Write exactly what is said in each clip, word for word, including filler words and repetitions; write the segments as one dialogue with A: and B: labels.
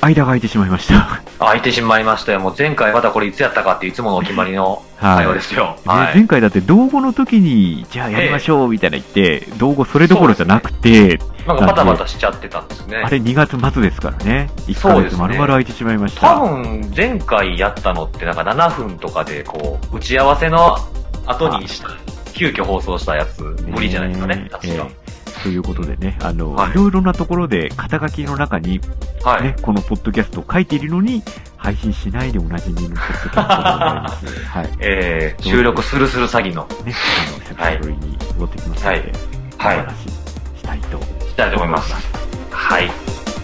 A: 間が空いてしまいました。
B: 空いてしまいましたよ。もう前回またこれいつやったかっていつものお決まりの会話ですよ。
A: はいはい、前回だって道後の時に、じゃあやりましょうみたいな言って、えー、道後それどころじゃなくて、
B: なんかバタバタしちゃってたんですね。
A: あれにがつ末ですからね。いっかげつ丸々空いてしまいました。
B: 多分前回やったのってなんかななふんとかでこう、打ち合わせの後にした、急遽放送したやつ、無理じゃないですかね、確か。えー
A: ということでね、あの、
B: はい、
A: いろいろなところで肩書きの中に、ね、はい、このポッドキャストを書いているのに、配信しないでおなじみのポッドキャストでございます。はい。
B: えー、収録するする詐欺の。
A: ね、あの、久しぶりに戻ってきますので、はい。お話ししたいと。
B: したいと思います。はい。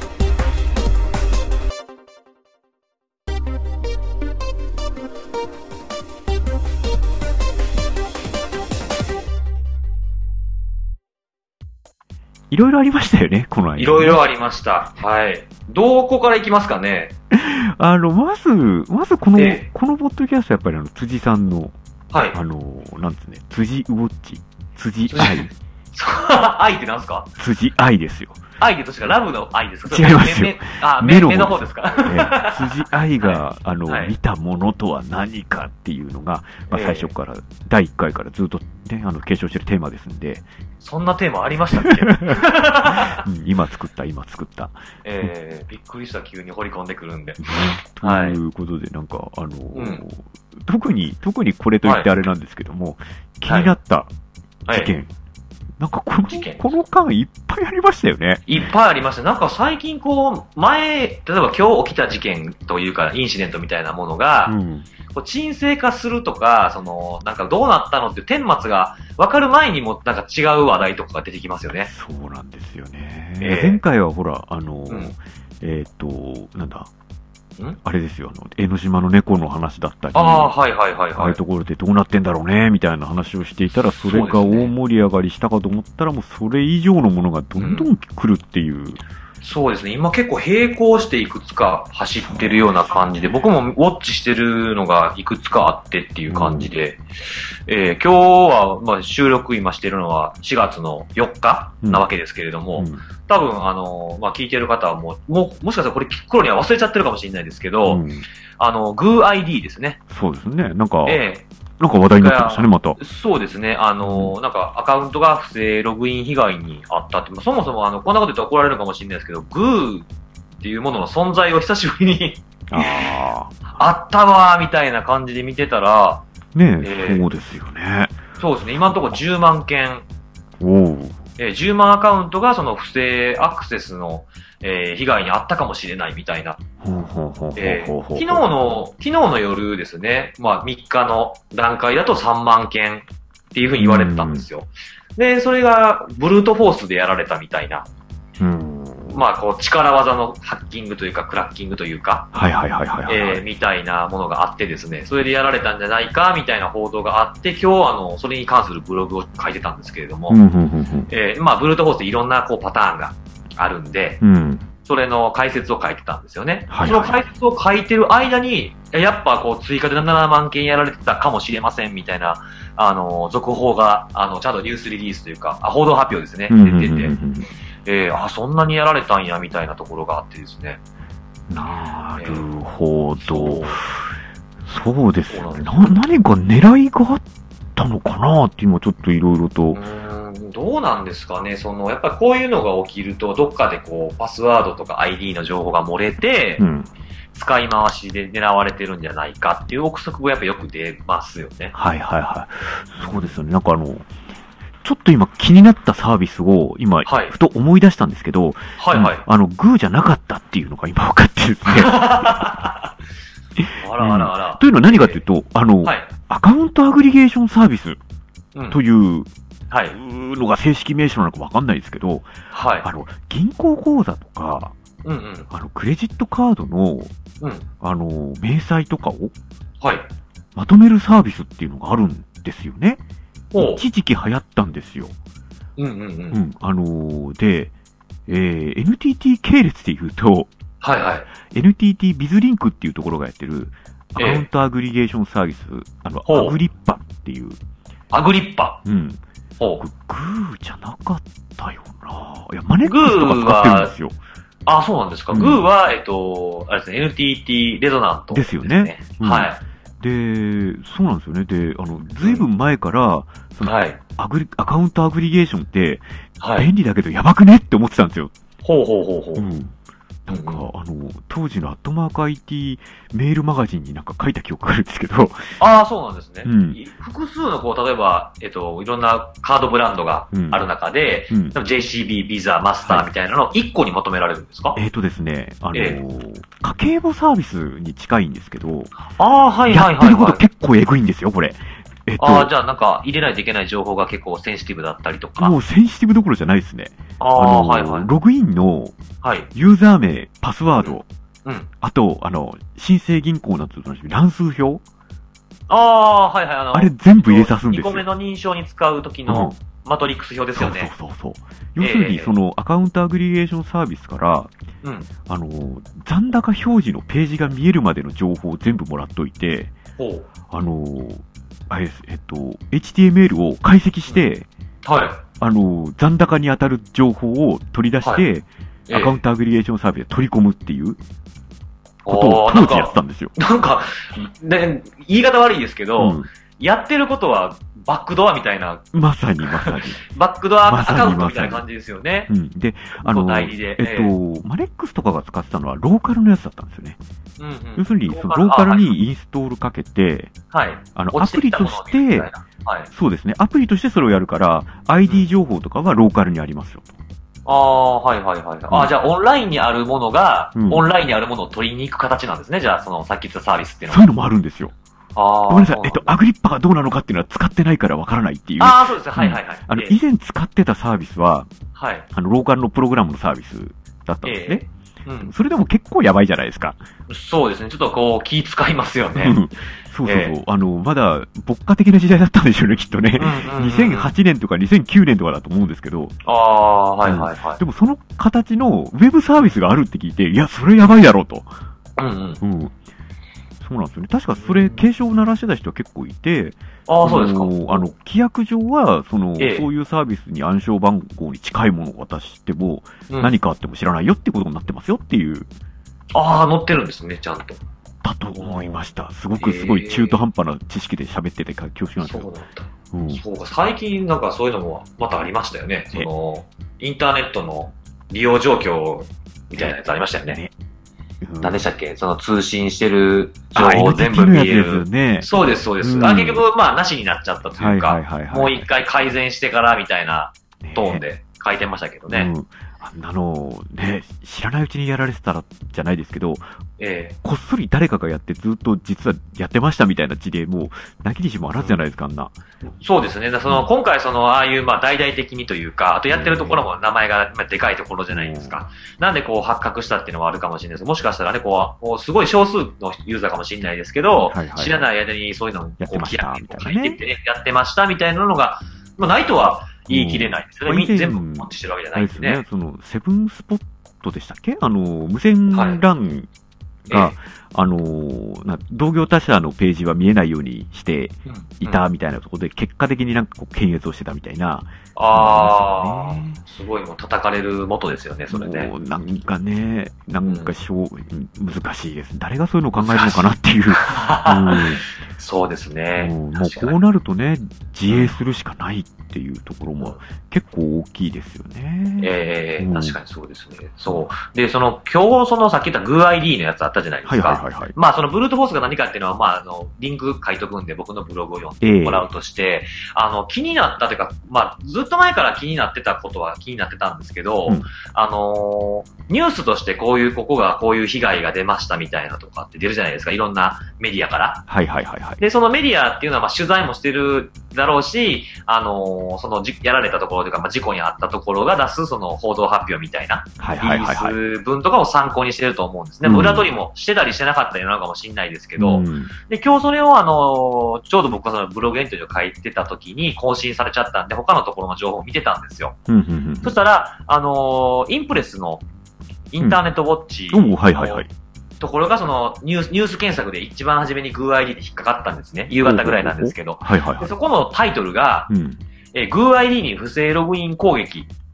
A: いろいろありましたよね、この間、ね。
B: いろいろありました。はい。どこから行きますかね。
A: あの、まず、まずこの、えー、このポッドキャストやっぱりあの、辻さんの、はい。あの、なんですね、辻ウォッチ、辻愛。
B: 愛ってなんすか？
A: 辻愛ですよ。
B: 愛でとしかラブの愛ですか？
A: 違いますよ。
B: あ、目の目の方ですか？
A: えー、辻愛が、はい、あの、はい、見たものとは何かっていうのが、まあ、最初から、えー、だいいっかいからずっとね、あの、継承してるテーマですんで。
B: そんなテーマありましたっけ？
A: うん、今作った、今作った。
B: えー、びっくりした、急に掘り込んでくるんで。ね、
A: ということで、なんか、あのーうん、特に、特にこれといってあれなんですけども、はい、気になった事件。はいはい、なんかこの、この間いっぱいありましたよね。
B: いっぱいありました。なんか最近こう、前、例えば今日起きた事件というか、インシデントみたいなものが、うん、こう沈静化するとか、その、なんかどうなったのっていう顛末が分かる前にもなんか違う話題とかが出てきますよね。
A: そうなんですよね。えー、前回はほら、あの、うん、えっと、なんだ、んあれですよ、あの、江ノ島の猫の話だったり。
B: ああ、はいはいはいはい。
A: ああいうところでどうなってんだろうね、みたいな話をしていたら、それが大盛り上がりしたかと思ったら、もうそれ以上のものがどんどん来るっていう。うん、
B: そうですね。今結構並行していくつか走ってるような感じで、僕もウォッチしてるのがいくつかあってっていう感じで、うん、えー、今日は、まあ、収録今してるのはしがつのよっかなわけですけれども、うんうん、多分、あの、まあ、聞いてる方はもう、も、もしかしたらこれ聞く頃には忘れちゃってるかもしれないですけど、うん、あの、グーアイディー ですね。
A: そうですね。なんか、えーなんか話題になってましたね、また。
B: そうですね。あの、なんかアカウントが不正ログイン被害にあったって、そもそもあの、こんなこと言って怒られるかもしれないですけど、グーっていうものの存在を久しぶりにああったわーみたいな感じで見てたら、
A: ねえ、えー、そうですよね。
B: そうですね。今のところじゅうまんけん。
A: おう。
B: えー、じゅうまんアカウントがその不正アクセスの、えー、被害にあったかもしれないみたいな。えー、昨日の、昨日の夜ですね、まあみっかの段階だとさんまんけんっていうふうに言われてたんですよ。で、それがブルートフォースでやられたみたいな。うんまあこう力技のハッキングというかクラッキングというか。
A: はいはいはいはい、はい、
B: えー、みたいなものがあってですね、それでやられたんじゃないかみたいな報道があって、今日あの、それに関するブログを書いてたんですけれども、えー、まあブルートフォースっていろんなこうパターンがあるんで、うんそれの解説を書いてたんですよね。はいはい、その解説を書いてる間に、やっぱこう追加でななまんけんやられてたかもしれませんみたいな、あの、続報が、あの、ちゃんとニュースリリースというか、あ報道発表ですね、出てて、えー、あ、そんなにやられたんやみたいなところがあってですね。
A: なるほど。えー、そうそうですよね。な、何か狙いがあったのかなって今ちょっといろいろと。
B: どうなんですかね。その、やっぱりこういうのが起きると、どっかでこう、パスワードとか アイディー の情報が漏れて、うん、使い回しで狙われてるんじゃないかっていう憶測がやっぱよく出ますよね。
A: はいはいはい。そうですよね。なんかあの、ちょっと今気になったサービスを今、はい、ふと思い出したんですけど、はいはい。あの、グーじゃなかったっていうのが今分かってるんですね。あらあらあら。うん、というのは何かというと、あの、はい、アカウントアグリゲーションサービスという、うんはい。のが正式名称なのかわかんないですけど、はい。あの、銀行口座とか、うんうん。あの、クレジットカードの、うん。あの、明細とかを、はい。まとめるサービスっていうのがあるんですよね。一時期流行ったんですよ。うんうんうん。うん。あのー、で、えー、エヌティーティー 系列で言うと、はいはい。エヌティーティー ビズリンクっていうところがやってる、アカウントアグリゲーションサービス、あの、アグリッパっていう。
B: アグリッパ
A: うん。グーじゃなかったよな。いや、マネックスとか使ってるんですよ。
B: あ、そうなんですか。うん、グーは、えっと、あれですね、エヌティーティー レゾナント
A: ですよね。うん、
B: はい。
A: で、そうなんですよね。で、あの、ずいぶん前から、その、はい、アグリ、アカウントアグリゲーションって、はい、便利だけどやばくねって思ってたんですよ。
B: ほうほうほうほう。
A: うん。なんか、うん、あの、当時のアットマーク アイティー メールマガジンになんか書いた記憶があるんですけど。
B: ああ、そうなんですね。うん、複数のこう、例えば、えっと、いろんなカードブランドがある中で、うん、ジェイシービー、ビザ、マスターみたいなのをいっこにまとめられるんですか？
A: はい、えっとですね、あの、えー、家計簿サービスに近いんですけど、
B: ああ、はいはいはい、はい。
A: やってること結構エグいんですよ、これ。
B: えっと、ああ、じゃあなんか入れないといけない情報が結構センシティブだったりとか。
A: もうセンシティブどころじゃないですね。
B: ああ、はいはい。
A: ログインの、ユーザー名、パスワード、うん。あと、あの、新生銀行なんていうの乱数表
B: ああ、はいはい。あの、
A: あれ全部入れさすんですよ。
B: にこめの認証に使う時のマトリックス表ですよね。
A: そうそうそうそう。要するに、その、アカウントアグリゲーションサービスから、うん。あの、残高表示のページが見えるまでの情報を全部もらっといて、ほう。あの、あれです、えっと、エイチティーエムエル を解析して、
B: うん、はい。
A: あの、残高に当たる情報を取り出して、はい、アカウントアグリゲーションサービスで取り込むっていうことを当時やってたんですよ。
B: なんか、ね、言い方悪いですけど、うん、やってることはバックドアみたいな。
A: まさにまさに。
B: バックドアアカウントみたいな感じですよね。
A: うん。で、あの、代理でえっと、えー、マネックスとかが使ってたのはローカルのやつだったんですよね。うんうん、要するに、そのローカルにインストールかけて、はい。あの、アプリとして、はい。そうですね。アプリとしてそれをやるから、アイディー 情報とかはローカルにありますよと。
B: ああ、はいはいはい。うん、あじゃあオンラインにあるものが、うん、オンラインにあるものを取りに行く形なんですね。じゃあ、その、さっき言ったサービスっていうのは。
A: そういうのもあるんですよ。ああ。ごめんなさい。えっと、アグリッパがどうなのかっていうのは使ってないからわからないっていう。
B: ああ、そうですね。はいはいはい。
A: あの、以前使ってたサービスは、はい。あの、ローカルのプログラムのサービスだったんですね。えーうん、それでも結構やばいじゃないですか。
B: そうですね。ちょっとこう、気使いますよね。
A: そうそうそう。えー、あの、まだ、牧歌的な時代だったんでしょうね、きっとね。にせんはちねんとかにせんきゅうねんとかだと思うんですけど。
B: ああ、はいはいはい、うん。
A: でもその形のウェブサービスがあるって聞いて、いや、それやばいだろうと。うんうん。うん。そうなんですよね。確かそれ、警鐘を鳴らしてた人は結構いて、
B: ああ、そうですか。
A: あの、規約上は、その、ええ、そういうサービスに暗証番号に近いものを渡しても、うん、何かあっても知らないよってことになってますよっていう。
B: ああ、載ってるんですね、ちゃんと。
A: だと思いました。すごくすごい中途半端な知識で喋ってて恐縮なんですけど。
B: そうなんだ。うん、そうか、最近なんかそういうのもまたありましたよね。その、インターネットの利用状況みたいなやつありましたよね。ねうん、何でしたっけその通信してる情報を全部見える。ね、そうです、そうです。うん、あ結局、まあ、なしになっちゃったというか、はいはいはいはい、もう一回改善してからみたいなトーンで書いてましたけどね。
A: うん、あんなの、ね、知らないうちにやられてたらじゃないですけど、ええ、こっそり誰かがやってずっと実はやってましたみたいな事例も、なきにしもあらずじゃないですか、あんな。
B: そうですね。その、うん、今回その、ああいう、まあ、大々的にというか、あとやってるところも名前がでかいところじゃないですか。うん、なんでこう発覚したっていうのはあるかもしれないです。もしかしたらね、こう、すごい少数のユーザーかもしれないですけど、はいはいはい、知らない間にそういうのをこう、規約に書いてて、ね、やってましたみたいなのが、まあ、ないとは言い切れないですよね。全部持ってしてるわけじゃないですね。ですね。
A: その、セブンスポットでしたっけあの、無線 ラン が、はいええあのー、な同業他社のページは見えないようにしていたみたいなところで、結果的になんかこう、検閲をしてたみたいな。
B: ああ、ね、すごいもう叩かれる元ですよね、それね。
A: もうなんかね、なんかしょう、うん、難しいです。誰がそういうのを考えるのかなっていう。うん、
B: そうですね、
A: うん。もうこうなるとね、自衛するしかないっていうところも結構大きいですよね。
B: ええーうん、確かにそうですね。そう。で、その、今日そのさっき言った グーアイディー のやつあったじゃないですか。はいはいはいはい、まあそのブルートフォースが何かっていうのは、まああの、リンク書いとくんで僕のブログを読んでもらうとして、えー、あの、気になったというか、まあずっと前から気になってたことは気になってたんですけど、うん、あの、ニュースとしてこういう、ここがこういう被害が出ましたみたいなとかって出るじゃないですか。いろんなメディアから。
A: はいはいはいはい。
B: で、そのメディアっていうのはまあ取材もしてるだろうし、あの、そのじ、やられたところというか、まあ事故にあったところが出すその報道発表みたいな、はいはいはいはい。リリース文とかを参考にしてると思うんですね。うん、裏取りもしてたりしてなかったりなのかもしれないですけど、うん、で、今日それをあの、ちょうど僕はそのブログエントリーを書いてた時に更新されちゃったんで、他のところの情報を見てたんですよ。うんうんうん、そしたら、あの、インプレスのインターネットウォッチの、うん、はいはいはい。ところがそのニュース、ニュース検索で一番初めに グーアイディー で引っかかったんですね。夕方ぐらいなんですけど。はいはいはい、でそこのタイトルが、うん、え グーアイディー に不正ログイン攻撃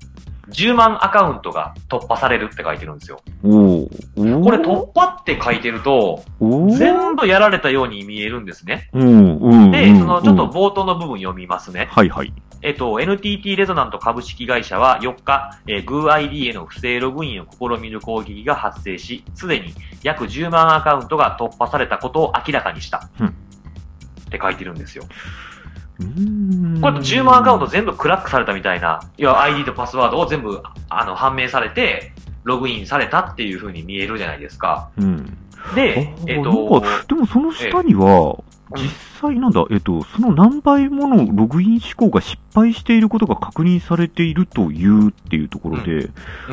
B: じゅうまんアカウントが突破されるって書いてるんですよ。
A: お
B: おこれ突破って書いてると、全部やられたように見えるんですね。
A: うん
B: で、そのちょっと冒頭の部分読みますね。
A: はいはい。
B: えっと、エヌティーティー レゾナント株式会社はよっか、えー、グーアイディー への不正ログインを試みる攻撃が発生し、すでに約じゅうまんアカウントが突破されたことを明らかにした。うん、って書いてるんですよ。うーんこれじゅうまんアカウント全部クラックされたみたいな、いや アイディー とパスワードを全部あの判明されて、ログインされたっていう風に見えるじゃないですか。うん、で、えっと、
A: なんか、でもその下には、実際なんだ、えっと、その何倍ものログイン試行が失敗していることが確認されているというっていうところで、うんうん、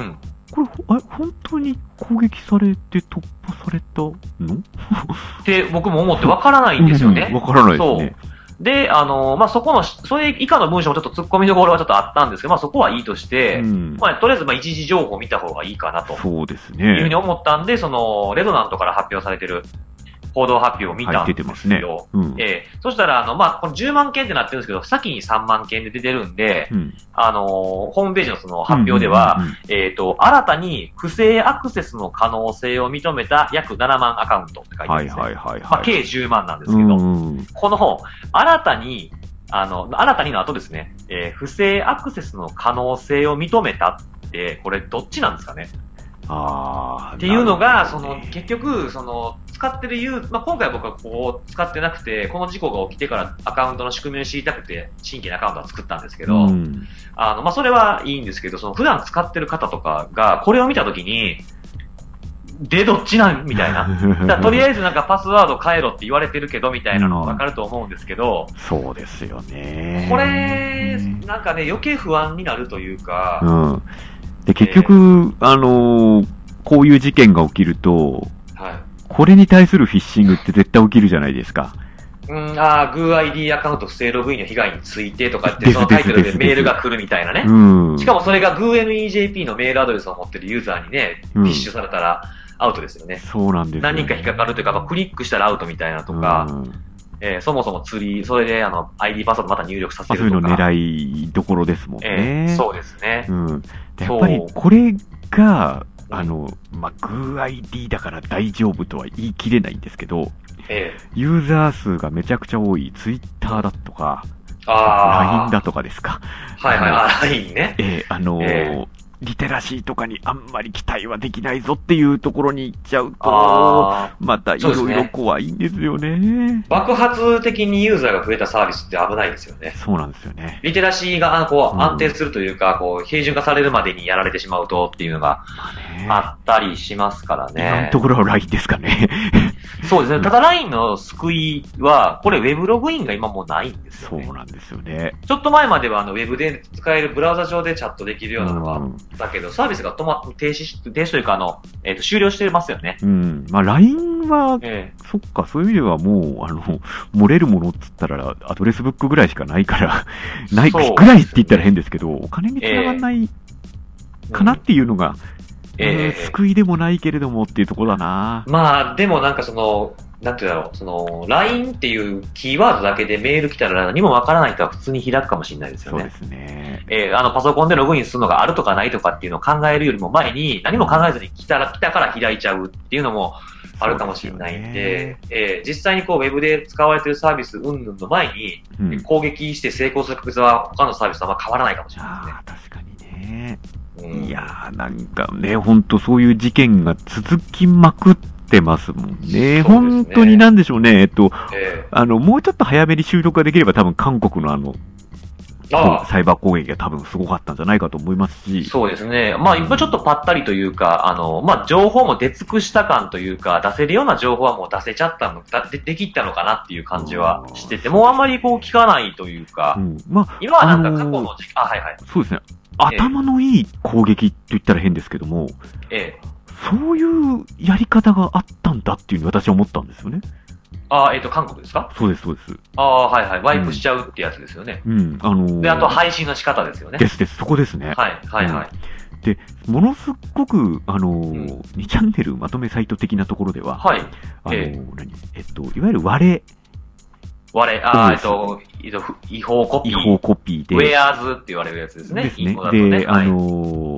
A: これ、あれ、本当に攻撃されて突破されたの
B: って僕も思ってわからないんですよね。
A: わ、うん、からないですね。
B: で、あの、まあ、そこの、それ以下の文章もちょっと突っ込みどころはちょっとあったんですけど、まあ、そこはいいとして、うん、まあ、とりあえず、まあ、一時情報を見た方がいいかなと。
A: そうですね。
B: いうふうに思ったんで、その、レゾナントから発表されてる、報道発表を見たんですけど、はい、出てますね。うん、えー、そしたら、あの、まあ、このじゅうまんけんってなってるんですけど、先にさんまんけんで出てるんで、うん、あのー、ホームページのその発表では、えっと、新たに不正アクセスの可能性を認めた約ななまんアカウントって書いてあるんですね。はいはいはい、はい。まあ、計じゅうまんなんですけど、うん、この、新たに、あの、新たにの後ですね、えー、不正アクセスの可能性を認めたって、これどっちなんですかね。あっていうのが、ね、その、結局、その、使ってるユー、まあ、今回僕はこう使ってなくて、この事故が起きてからアカウントの仕組みを知りたくて、新規のアカウントは作ったんですけど、うん、あの、まあ、それはいいんですけど、その普段使ってる方とかが、これを見たときに、で、どっちなんみたいな。だとりあえずなんかパスワード変えろって言われてるけど、みたいなのはわかると思うんですけど、
A: うん、そうですよね。
B: これ、なんかね、余計不安になるというか、う
A: んで結局、えー、あのー、こういう事件が起きると、はい、これに対するフィッシングって絶対起きるじゃないですか。
B: うん、ああ、グーアイディー アカウント不正ログインの被害についてとかって、そのタイトルでメールが来るみたいなね。うん、しかもそれが グーエヌイージェーピー のメールアドレスを持ってるユーザーにね、フィッシュされたらアウトですよね。うん、
A: そうなんですよ、ね。
B: 何人か引っかかるというか、まあ、クリックしたらアウトみたいなとか、うんえー、そもそも釣り、それであの アイディー パスワードまた入力させるとか。
A: そういうの狙いどころですもんね。
B: えー、そうですね。
A: うん。やっぱりこれが、あの、まあ、グーアイディー だから大丈夫とは言い切れないんですけど、ええ、ユーザー数がめちゃくちゃ多い Twitter だとか、ライン だとかですか。
B: はいはい、あ、ライン ね。
A: ええ、あのーええ、リテラシーとかにあんまり期待はできないぞっていうところに行っちゃうと、またいろいろ怖いんですよね。ね
B: 爆発的にユーザーが増えたサービスって危ないですよね。
A: そうなんですよね。
B: リテラシーがこう安定するというか、うん、こう、平準化されるまでにやられてしまうとっていうのがあったりしますからね。
A: 今のところは ライン ですかね。
B: そうですね。ただ ライン の救いは、これ Web ログインが今もうないんですよね。
A: そうなんですよね。
B: ちょっと前まではあの Web で使えるブラウザ上でチャットできるようなのが、うん、だけどサービスが止ま、停止、停止というかあの、えっと、終了してますよね。
A: うん。まあ ライン は、ええ、そっか、そういう意味ではもう、あの、漏れるものっつったらアドレスブックぐらいしかないから、ない、ぐらいって言ったら変ですけど、お金につながんないかなっていうのが、えー、救いでもないけれどもっていうところだな。
B: まあ、でもなんかその、なんていうんだろう、その、ライン っていうキーワードだけでメール来たら何もわからない人は普通に開くかもしれないですよね。
A: そうですね。
B: えー、あの、パソコンでログインするのがあるとかないとかっていうのを考えるよりも前に、何も考えずに来たら、来たから開いちゃうっていうのもあるかもしれないんで、でえー、実際にこう、ウェブで使われているサービス云々の前に、うん、攻撃して成功する確率は他のサービスとあんま変わらないかもしれないですね。
A: ああ、確かにね。いやー、なんかね、ほんとそういう事件が続きまくってますもんね。本当になんでしょうね。えっと、えー、あの、もうちょっと早めに収録ができれば多分韓国のあの、あサイバー攻撃が多分すごかったんじゃないかと思いますし。
B: そうですね。まあ、今ちょっとぱったりというか、あの、まあ、情報も出尽くした感というか、出せるような情報はもう出せちゃったの、で、できたのかなっていう感じはしてて、もうあんまりこう聞かないというか、うん、まあ、今はなんか過去の時期、あ、はいはい。
A: そうですね。頭のいい攻撃と言ったら変ですけども、ええ、そういうやり方があったんだっていうふうに私は思ったんですよね。
B: ああ、えっと、韓国ですか？
A: そうです、そうです。
B: ああ、はいはい。ワイプしちゃうってやつですよね。うん。あのー、で、あと配信の仕方ですよね。
A: ですです、そこですね。
B: はい、はい、はい。
A: うん、で、ものすごく、あのー、うん、にチャンネルまとめサイト的なところでは、はい。あのー、えー、何えっと、いわゆる割れ、
B: 割れ、ああ、えっと、違法コピー。
A: 違法コピーで。
B: ウェアーズって言われるやつですね。
A: ですね。で、ね、あのー、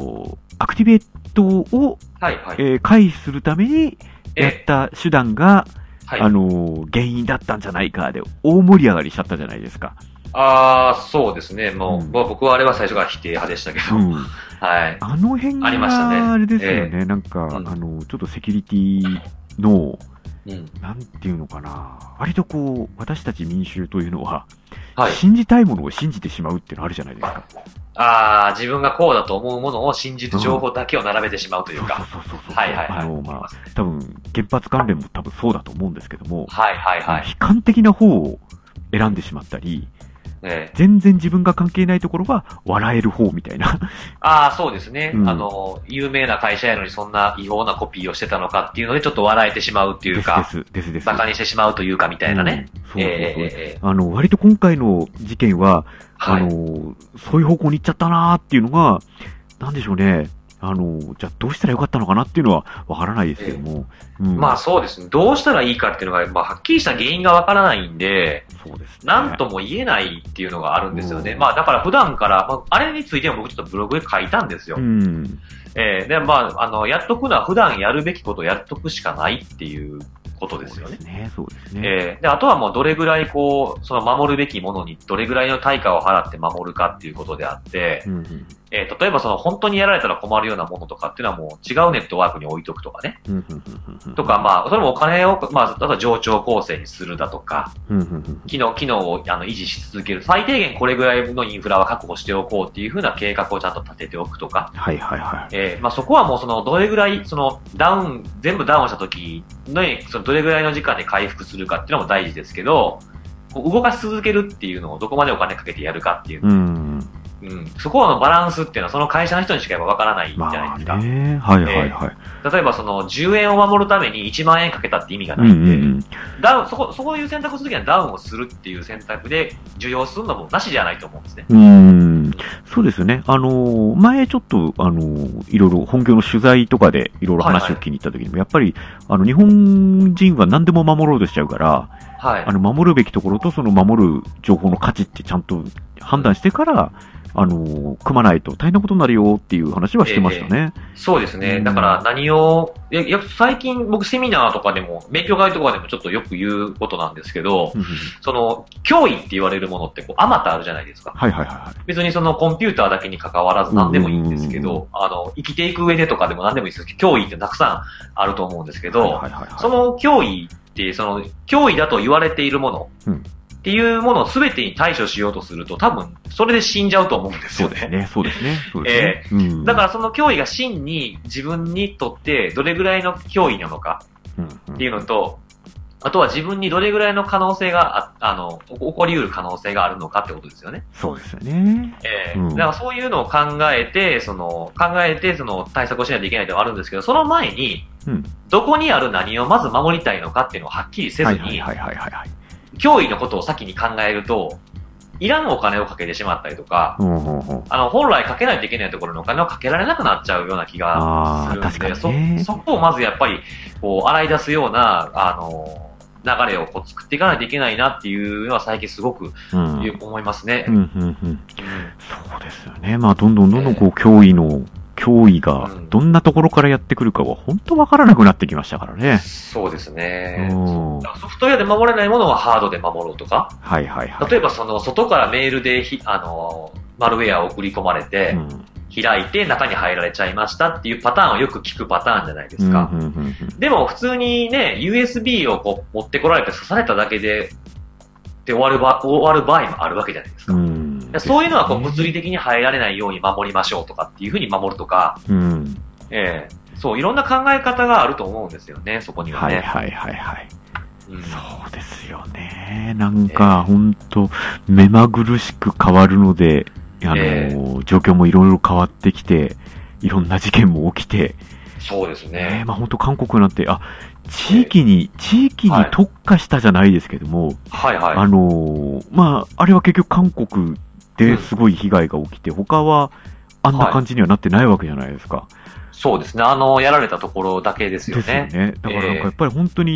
A: ティベートを、
B: はいはい。
A: えー、回避するためにやった手段が、はい、あのー、原因だったんじゃないかで、大盛り上がりしちゃったじゃないですか。
B: ああ、そうですね。もう、うん、僕はあれは最初から否定派でしたけど。うん、はい。
A: あの辺が、ありましたね。あれですよね。えー、なんか、うん、あの、ちょっとセキュリティの、うん、なんていうのかな。割とこう、私たち民衆というのは、はい、信じたいものを信じてしまうっていうのあるじゃないですか。
B: ああ、自分がこうだと思うものを信じる情報だけを並べてしまうというか。
A: そうそうそうそう。
B: はいはいはい。
A: あの、まあ、多分、原発関連も多分そうだと思うんですけども、
B: はいはいはい。
A: 悲観的な方を選んでしまったり、ええ、全然自分が関係ないところは笑える方みたいな。
B: ああ、そうですね、うん。あの、有名な会社やのにそんな違法なコピーをしてたのかっていうのでちょっと笑えてしまうっていうか、
A: ですですですです。
B: 馬鹿にしてしまうというかみたいなね。
A: うん、そうそうそう、えー。あの、割と今回の事件は、はい、あの、そういう方向に行っちゃったなーっていうのが、なんでしょうね。あの、じゃあどうしたらよかったのかなっていうのはわからないですけども、
B: えーうん。まあそうですね。どうしたらいいかっていうのが、まあはっきりした原因がわからないんで、
A: そうですね。
B: なんとも言えないっていうのがあるんですよね。まあだから普段から、まあ、あれについても僕ちょっとブログで書いたんですよ。うん、えー、で、まあ、あの、やっとくのは普段やるべきことをやっとくしかないっていうことですよね。
A: そうですね。そうですね。
B: えー、で、あとはもうどれぐらいこう、その守るべきものにどれぐらいの対価を払って守るかっていうことであって、うんうん、えー、例えばその本当にやられたら困るようなものとかっていうのはもう違うネットワークに置いとくとかね。うんうんうんうん、とか、まあ、それもお金を、まあ、例えば上長構成にするだとか、うんうんうん、機能、機能をあの維持し続ける。最低限これぐらいのインフラは確保しておこうっていうふうな計画をちゃんと立てておくとか。
A: はいはいはい。
B: えー、まあそこはもうその、どれぐらい、その、ダウン、全部ダウンした時の、そのどれぐらいの時間で回復するかっていうのも大事ですけど、動かし続けるっていうのをどこまでお金かけてやるかっていう。うんうん、そこのバランスっていうのはその会社の人にしかやっぱわからないじゃないですか。まあね、
A: はいはいはい、
B: えー。例えばそのじゅうえんを守るためにいちまんえんかけたって意味がないんで、うんうんうん、ダウン、そこ、そこいう選択をするときはダウンをするっていう選択で受容するのもなしじゃないと思うんですね。
A: うん。そうですね。あのー、前ちょっと、あのー、いろいろ本業の取材とかでいろいろ話を聞きに行ったときにも、はいはい、やっぱり、あの、日本人は何でも守ろうとしちゃうから、はい。あの、守るべきところとその守る情報の価値ってちゃんと判断してから、あの、組まないと大変なことになるよっていう話はしてましたね。
B: えー、そうですね。だから何を、いや、いや最近僕セミナーとかでも、勉強会とかでもちょっとよく言うことなんですけど、その、脅威って言われるものってこう、あまたあるじゃないですか。
A: はいはいはい。
B: 別にそのコンピューターだけに関わらず何でもいいんですけど、あの、生きていく上でとかでも何でもいいですけど、脅威ってたくさんあると思うんですけど、はいはいはいはい、その脅威って、その、脅威だと言われているもの、うんっていうものを全てに対処しようとすると多分それで死んじゃうと思うんですよね。
A: そうですね。そうですね。そうですね。
B: えーうん、だからその脅威が真に自分にとってどれぐらいの脅威なのかっていうのと、あとは自分にどれぐらいの可能性があ、あの、起こり得る可能性があるのかってことですよね。
A: そうですよね。
B: えーうん、だからそういうのを考えて、その、考えてその対策をしないといけないとはあるんですけど、その前に、うん、どこにある何をまず守りたいのかっていうのをはっきりせずに、はいはいはいはい、はい。脅威のことを先に考えると、いらんお金をかけてしまったりとか、うんうんうん、あの、本来かけないといけないところにお金をかけられなくなっちゃうような気がするんで、ね、そ、そこをまずやっぱり、こう、洗い出すような、あの、流れをこう作っていかないといけないなっていうのは最近すごく、うん、思いますね、うんうんうん。
A: そうですよね。まあ、どんどんどんどんこう、脅威の、脅威がどんなところからやってくるかは本当わからなくなってきましたからね。
B: そうですね。ソフトウェアで守れないものはハードで守ろうとか。
A: はいはいはい。
B: 例えばその外からメールでひあのマルウェアを送り込まれて、うん、開いて中に入られちゃいましたっていうパターンをよく聞くパターンじゃないですか。うんうんうんうん、でも普通にね、ユーエスビー をこう持ってこられて刺されただけで、で終わる場、終わる場合もあるわけじゃないですか。うんそういうのはこう物理的に入られないように守りましょうとかっていうふうに守るとか、うんえー、そういろんな考え方があると思うんですよね、そこにはね。
A: はいはいはいはい。うん、そうですよね。なんか本当目まぐるしく変わるので、あの、えー、状況もいろいろ変わってきて、いろんな事件も起きて。
B: そうですね。
A: えー、まあ本当韓国なんて、あ、地域に、地域に特化したじゃないですけども、
B: はいはい。
A: あのー、まあ、あれは結局韓国ですごい被害が起きて、うん、他はあんな感じにはなってないわけじゃないですか。はい、
B: そうですね。あの、やられたところだけですよね。
A: ですよね。だからなんかやっぱり本当に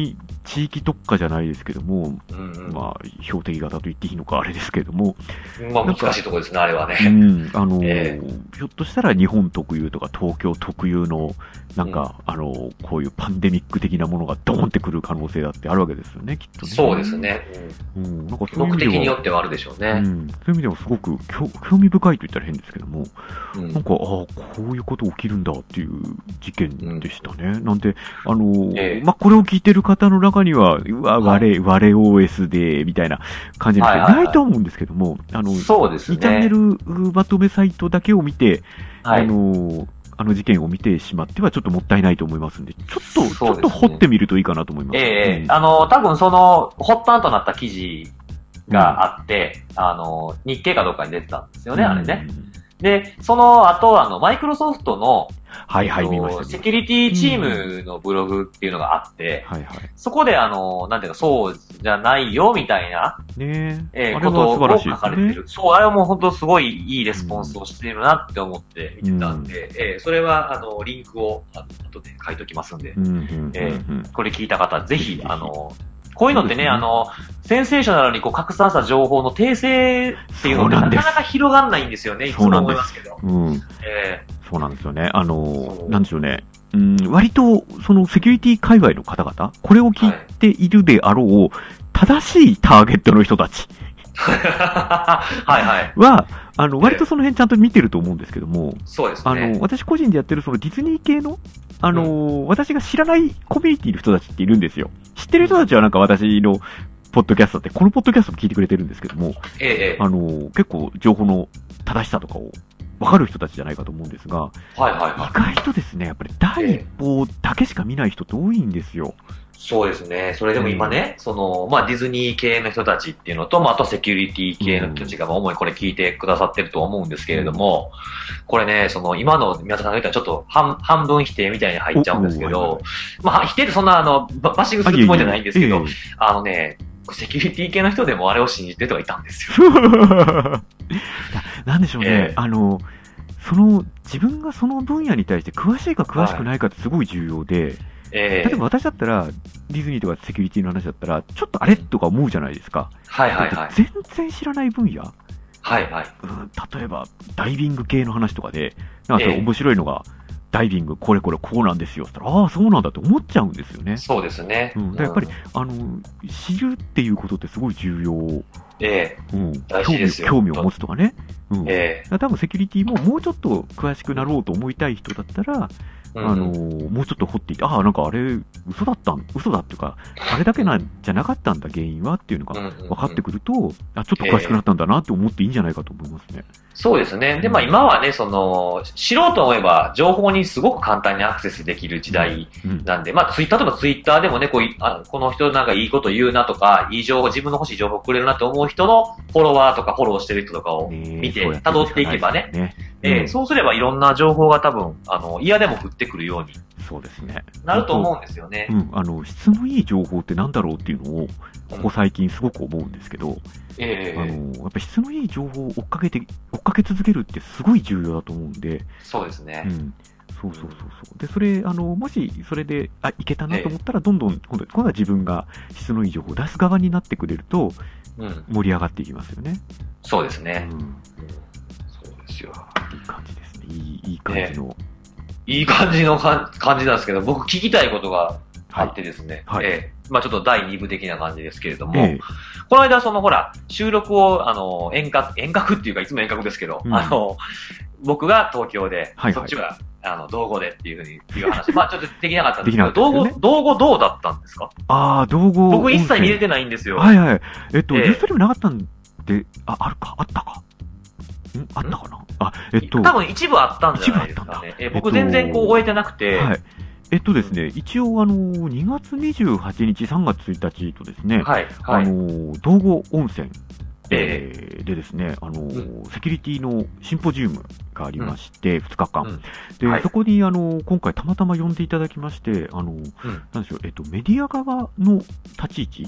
A: 地域特化じゃないですけども、うんうん、まあ、標的型と言っていいのかあれですけれども。
B: まあ、難しいところですね、あれはね。
A: うん、あの、えー、ひょっとしたら日本特有とか東京特有の、なんか、うん、あの、こういうパンデミック的なものがドーンってくる可能性だってあるわけですよね、きっとね。
B: そうですね。うん。なんかそういう目的によってはあるでしょうね。
A: うん。そういう意味ではすごく興味深いと言ったら変ですけども、うん、なんか、ああ、こういうこと起きるんだっていう事件でしたね。うん、なんで、あの、えー、まあ、これを聞いてる方の中には、うわ、我、はい、我 オーエス で、みたいな感じの人ないと思うんですけども、あの、
B: そうですね。
A: にチャンネルまとめサイトだけを見て、はい、あの、あの事件を見てしまってはちょっともったいないと思いますんで、ちょっと、ね、ちょっと掘ってみるといいかなと思います。
B: ええーうん、あの、多分その、発端となった記事があって、うん、あの、日経かどっかに出てたんですよね、うん、あれね。で、その後、あの、マイクロソフトの、
A: はいはい、見ました。
B: セキュリティチームのブログっていうのがあって、
A: うん、はいはい。
B: そこであの、なんていうか、そうじゃないよ、みたいな、
A: ね
B: えー、ことを書かれてる。そう、あれはもう本当すごいいいレスポンスをしているなって思って見てたんで、うん、えー、それは、あの、リンクを後で書いときますんで、うんうんうんうん、えー、これ聞いた方、ぜひ、あの、こういうのってね、あの、センセーショナルにこう拡散した情報の訂正っていうのってなかなか広がんないんですよね、いつも思いますけど。
A: うん。えー、そうなんですよね。あの、なんでしょうね。うん、割と、そのセキュリティ界隈の方々、これを聞いているであろう、はい、正しいターゲットの人たち。
B: はいはい。
A: は、あの、割とその辺ちゃんと見てると思うんですけども、
B: そうですね。
A: あの、私個人でやってるそのディズニー系の、あの、うん、私が知らないコミュニティの人たちっているんですよ。知ってる人たちはなんか私のポッドキャストって、このポッドキャストも聞いてくれてるんですけども、
B: ええ、
A: あの、結構情報の正しさとかを分かる人たちじゃないかと思うんですが、
B: はいはいはい。
A: 意外とですね、やっぱり第一報だけしか見ない人って多いんですよ。
B: そうですね。それでも今ね、うん、その、まあ、ディズニー系の人たちっていうのと、まあ、あとセキュリティ系の人たちが、まあ、主にこれ聞いてくださってるとは思うんですけれども、うん、これね、その、今の宮田さんが言ったらちょっと半、半分否定みたいに入っちゃうんですけど、まあ、否定ってそんな、あの、バッシングするつもりじゃないんですけど、あのね、セキュリティ系の人でもあれを信じてる人がいたんですよ。
A: なんでしょうね、えー、あの、その、自分がその分野に対して詳しいか詳しくないかってすごい重要で、はい、えー、例えば私だったら、ディズニーとかセキュリティの話だったら、ちょっとあれとか思うじゃないですか。
B: はいはいはい。
A: 全然知らない分野、
B: はいはい。
A: うん、例えば、ダイビング系の話とかで、なんかそれ面白いのが、えー、ダイビング、これこれこうなんですよって言ったら、ああ、そうなんだって思っちゃうんですよね。
B: そうですね。
A: うん。だからやっぱり、うん、あの、知るっていうことってすごい重要。
B: ええ
A: うん。
B: 大事ですよ。
A: 興味、興味を持つとかね。うん。
B: ええ
A: 多分セキュリティももうちょっと詳しくなろうと思いたい人だったら、うん、あの、もうちょっと掘っていて、ああ、なんかあれ、嘘だったん、嘘だっていうか、あれだけなんじゃなかったんだ、原因はっていうのが分かってくると、うんうんうん、あ、ちょっと詳しくなったんだなって思っていいんじゃないかと思いますね。
B: えー、そうですね。で、まあ今はね、その、知ろうと思えば、情報にすごく簡単にアクセスできる時代なんで、うんうん、まあツイッターとかツイッターでもね、こうあ、この人なんかいいこと言うなとか、いい情報、自分の欲しい情報くれるなと思う人のフォロワーとかフォローしてる人とかを見て、辿っていけばね、ねえーうん、そうすればいろんな情報が多分、あの、嫌でも降ってくるように。
A: そうですね。
B: なると思うんですよね。
A: うん、あの、質のいい情報ってなんだろうっていうのを、ここ最近すごく思うんですけど、
B: ええ
A: あの、やっぱ質のいい情報を追っかけて、追っかけ続けるってすごい重要だと思うんで。
B: そうですね。
A: うん。そうそうそうそう。で、それ、あの、もし、それで、あ、いけたなと思ったら、どんどん、今度、今度は自分が質のいい情報を出す側になってくれると、うん、盛り上がっていきますよね。
B: そうですね。うん。
A: そうですよ。いい感じですね。いい、いい感じの。ね、
B: いい感じのか感じなんですけど、僕聞きたいことがあってですね。はい。はい、ええまあちょっとだいに部的な感じですけれども、ええ、この間そのほら、収録を、あの、遠隔、遠隔っていうかいつも遠隔ですけど、うん、あの、僕が東京で、はいはい、そっちは、あの、道後でっていうふうに言う話。まあちょっとできなかったんですけど、道後、道後どうだったんですか？
A: ああ、道後。
B: 僕一切見れてないんですよ。
A: はいはい。えっと、ユーストリームなかったんで、あ、あるか、あったか。んあったかなあ、えっと。
B: 多分一部あったんじゃないですかね。え僕全然こう終えてなくて。
A: はい。えっとですね、一応あの、にがつにじゅうはちにち、さんがつついたちとですね、
B: はい。はい、
A: あの、道後温泉、えー、でですね、あの、うん、セキュリティのシンポジウムがありまして、うん、ふつかかん。うん、で、はい、そこにあの、今回たまたま呼んでいただきまして、あの、うん、なんでしょう、えっと、メディア側の立ち位置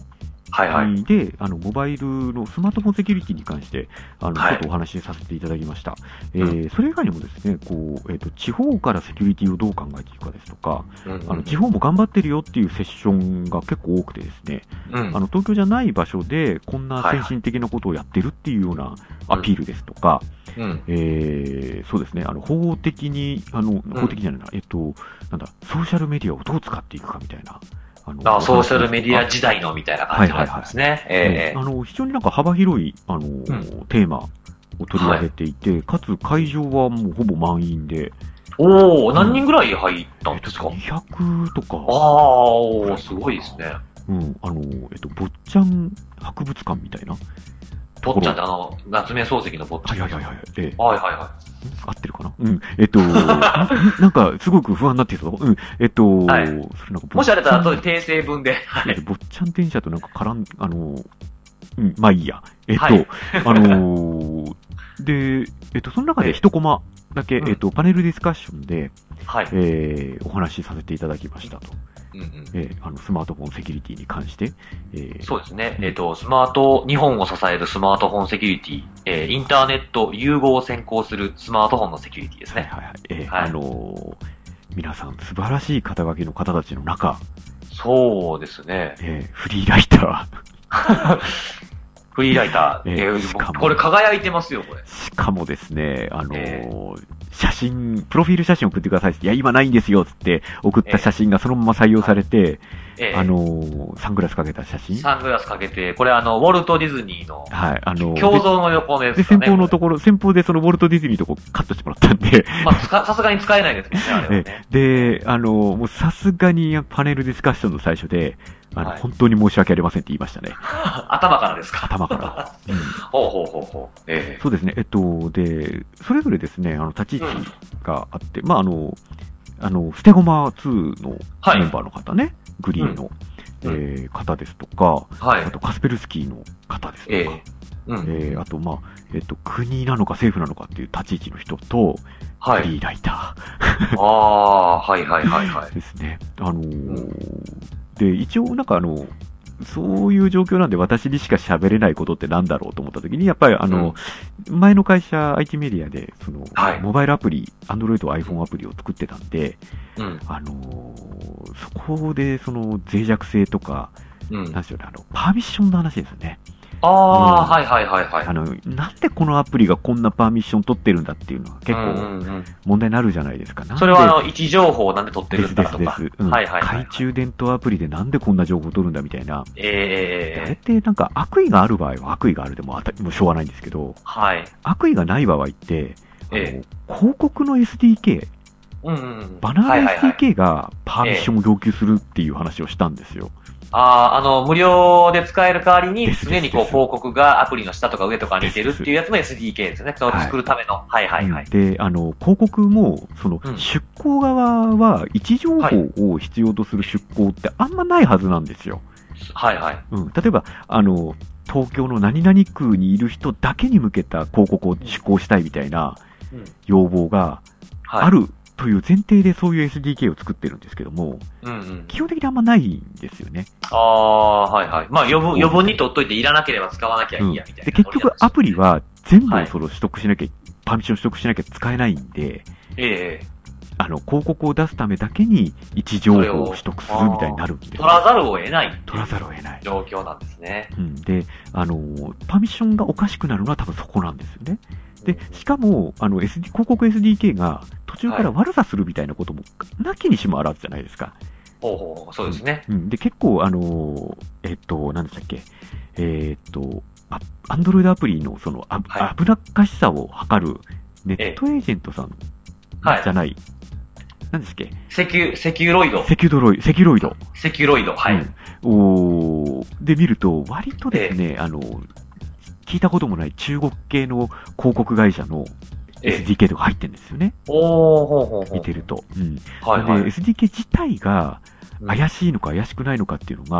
A: はいはい。で、あの、モバイルのスマートフォンセキュリティに関して、あの、はい、ちょっとお話しさせていただきました。えー、うん、それ以外にもですね、こう、えっ、ー、と、地方からセキュリティをどう考えていくかですとか、うんうん、あの、地方も頑張ってるよっていうセッションが結構多くてですね、うん、あの、東京じゃない場所で、こんな先進的なことをやってるっていうようなアピールですとか、うん、えー、そうですね、あの、法的に、あの、法的じゃないな、えっと、なんだ、ソーシャルメディアをどう使っていくかみたいな、
B: あのあソーシャルメディア時代のみたいな感じなんですね。え
A: え。あの、非常になんか幅広い、あの、うん、テーマを取り上げていて、はい、かつ会場はもうほぼ満員で。
B: おー、何人ぐらい入ったんですか？
A: にひゃくとか。
B: ああ、すごいですね。
A: うん、あの、えっと、坊ちゃん博物館みたいな。
B: 坊ちゃんってあの、夏目漱石の坊ちゃん。
A: はいはいはいはい。ええ、
B: はいはいはい。
A: 合ってるかな。うん。えっと、なんか、すごく不安になってきたぞ。うん。えっと、
B: はい、それなんかもしあれだったら、訂正文で。
A: はい。坊ちゃん電車となんか絡ん、あの、うん、まあいいや。えっと、はい、あのー、で、えっと、その中で一コマだけ、えっと、パネルディスカッションで、はい、えー、お話しさせていただきましたと。うんうん、えー、あのスマートフォンセキュリティに関して、
B: えー、そうですね、えっ、ー、と、スマート、日本を支えるスマートフォンセキュリティ、えー、インターネット融合を先行するスマートフォンのセキュリティですね。
A: はいはいはい。えーはい、あのー、皆さん素晴らしい肩書きの方たちの中、
B: そうですね。
A: えー、フリーライター。
B: フリーライター。えー、しかもこれ輝いてますよ、これ。
A: しかもですね、あのーえー、写真、プロフィール写真送ってくださいって、いや、今ないんですよ、つって送った写真がそのまま採用されて、えー、あのー、サングラスかけた写真
B: サングラスかけて、これあの、ウォルト・ディズニーの、
A: はい、あのー、
B: 胸像の横のやつ
A: ですかね。で、先方のところ、先方でそのウォルト・ディズニーのとこカットしてもらったんで。
B: まあ、さすがに使えないですもんね、あれはね。
A: で、あのー、もうさすがにパネルディスカッションの最初で、あの、はい、本当に申し訳ありませんって言いましたね。
B: 頭からですか？
A: 頭から。
B: うん、ほうほうほうほう。え
A: ー、そうですね。えっと、で、それぞれですね、あの、立ち位置があって、うん、まあ、あの、あの、ステゴマツーのメンバーの方ね、はい、グリーンの、うん、えー、方ですとか、はい、あとカスペルスキーの方ですとか、えーうんえー、あと、まあ、えっと、国なのか政府なのかっていう立ち位置の人と、はい、フリーライタ
B: ー。ああ、はいはいはいはい。
A: ですね。あのーうんで、一応なんかあの、そういう状況なんで私にしか喋れないことってなんだろうと思ったときに、やっぱりあの、うん、前の会社 アイティー メディアで、その、はい、モバイルアプリ、Android、iPhone アプリを作ってたんで、うん、あのー、そこでその脆弱性とか、うん、なんでしょうね、あの、パーミッションの話ですよね。
B: ああ、うん、はいはいはいはい。
A: あの、なんでこのアプリがこんなパーミッション取ってるんだっていうのは結構問題になるじゃないですか。うんうんうん、
B: それはあの、位置情報をなんで取ってるんだとか。
A: ですですです、うん。はいはいはいはい。懐中電灯アプリでなんでこんな情報を取るんだみたいな。
B: ええー。
A: あれってなんか悪意がある場合は悪意があるでもあたもうしょうがないんですけど、はい。悪意がない場合って、あの、えー、広告の エスディーケー、うんうんうん、バナーの エスディーケー がパーミッションを要求するっていう話をしたんですよ。
B: ああ、あの、無料で使える代わりに、常にこう、広告がアプリの下とか上とかに出るっていうやつも エスディーケー ですよね。その作るための。はい、はい、はいはい。
A: で、あの、広告も、その、うん、出向側は、位置情報を必要とする出向ってあんまないはずなんですよ。
B: はい、はい。
A: うん。例えば、あの、東京の何々区にいる人だけに向けた広告を出稿したいみたいな要望がある。はい、という前提でそういう エスディーケー を作ってるんですけども、うんうん、基本的にあんまないんですよね。
B: ああ、はいはい。まあ余分、余分に取っといていらなければ使わなきゃいいやみたいな、うん。で、
A: 結局アプリは全部その取得しなきゃ、はい、パーミッション取得しなきゃ使えないんで、ええあの、広告を出すためだけに位置情報を取得するみたいになるんで。
B: 取らざるを得ない。
A: 取らざるを得ない。
B: 状況なんですね。
A: うん。で、あの、パーミッションがおかしくなるのは多分そこなんですよね。で、しかも、あの、エスディー、広告 エスディーケー が途中から悪さするみたいなことも、なきにしもあらずじゃないですか。
B: ほうほう、そうですね。
A: うん。で、結構、あの、えっと、何でしたっけ。えー、っと、アンドロイドアプリの、その、あ、はい、危なっかしさを測る、ネットエージェントさんじゃない。ええ、何ですっけ。
B: セキュ、セキュロイド。
A: セキュロイド。セキュロイド。
B: セキュロイド、はい。うん、
A: おで見ると、割とですね、ええ、あの、聞いたこともない中国系の広告会社の エスディーケー とか入ってるんですよね。
B: おー、ほうほうほう。
A: 見てると。うん。
B: はいはい。
A: で、エスディーケー 自体が怪しいのか怪しくないのかっていうのが、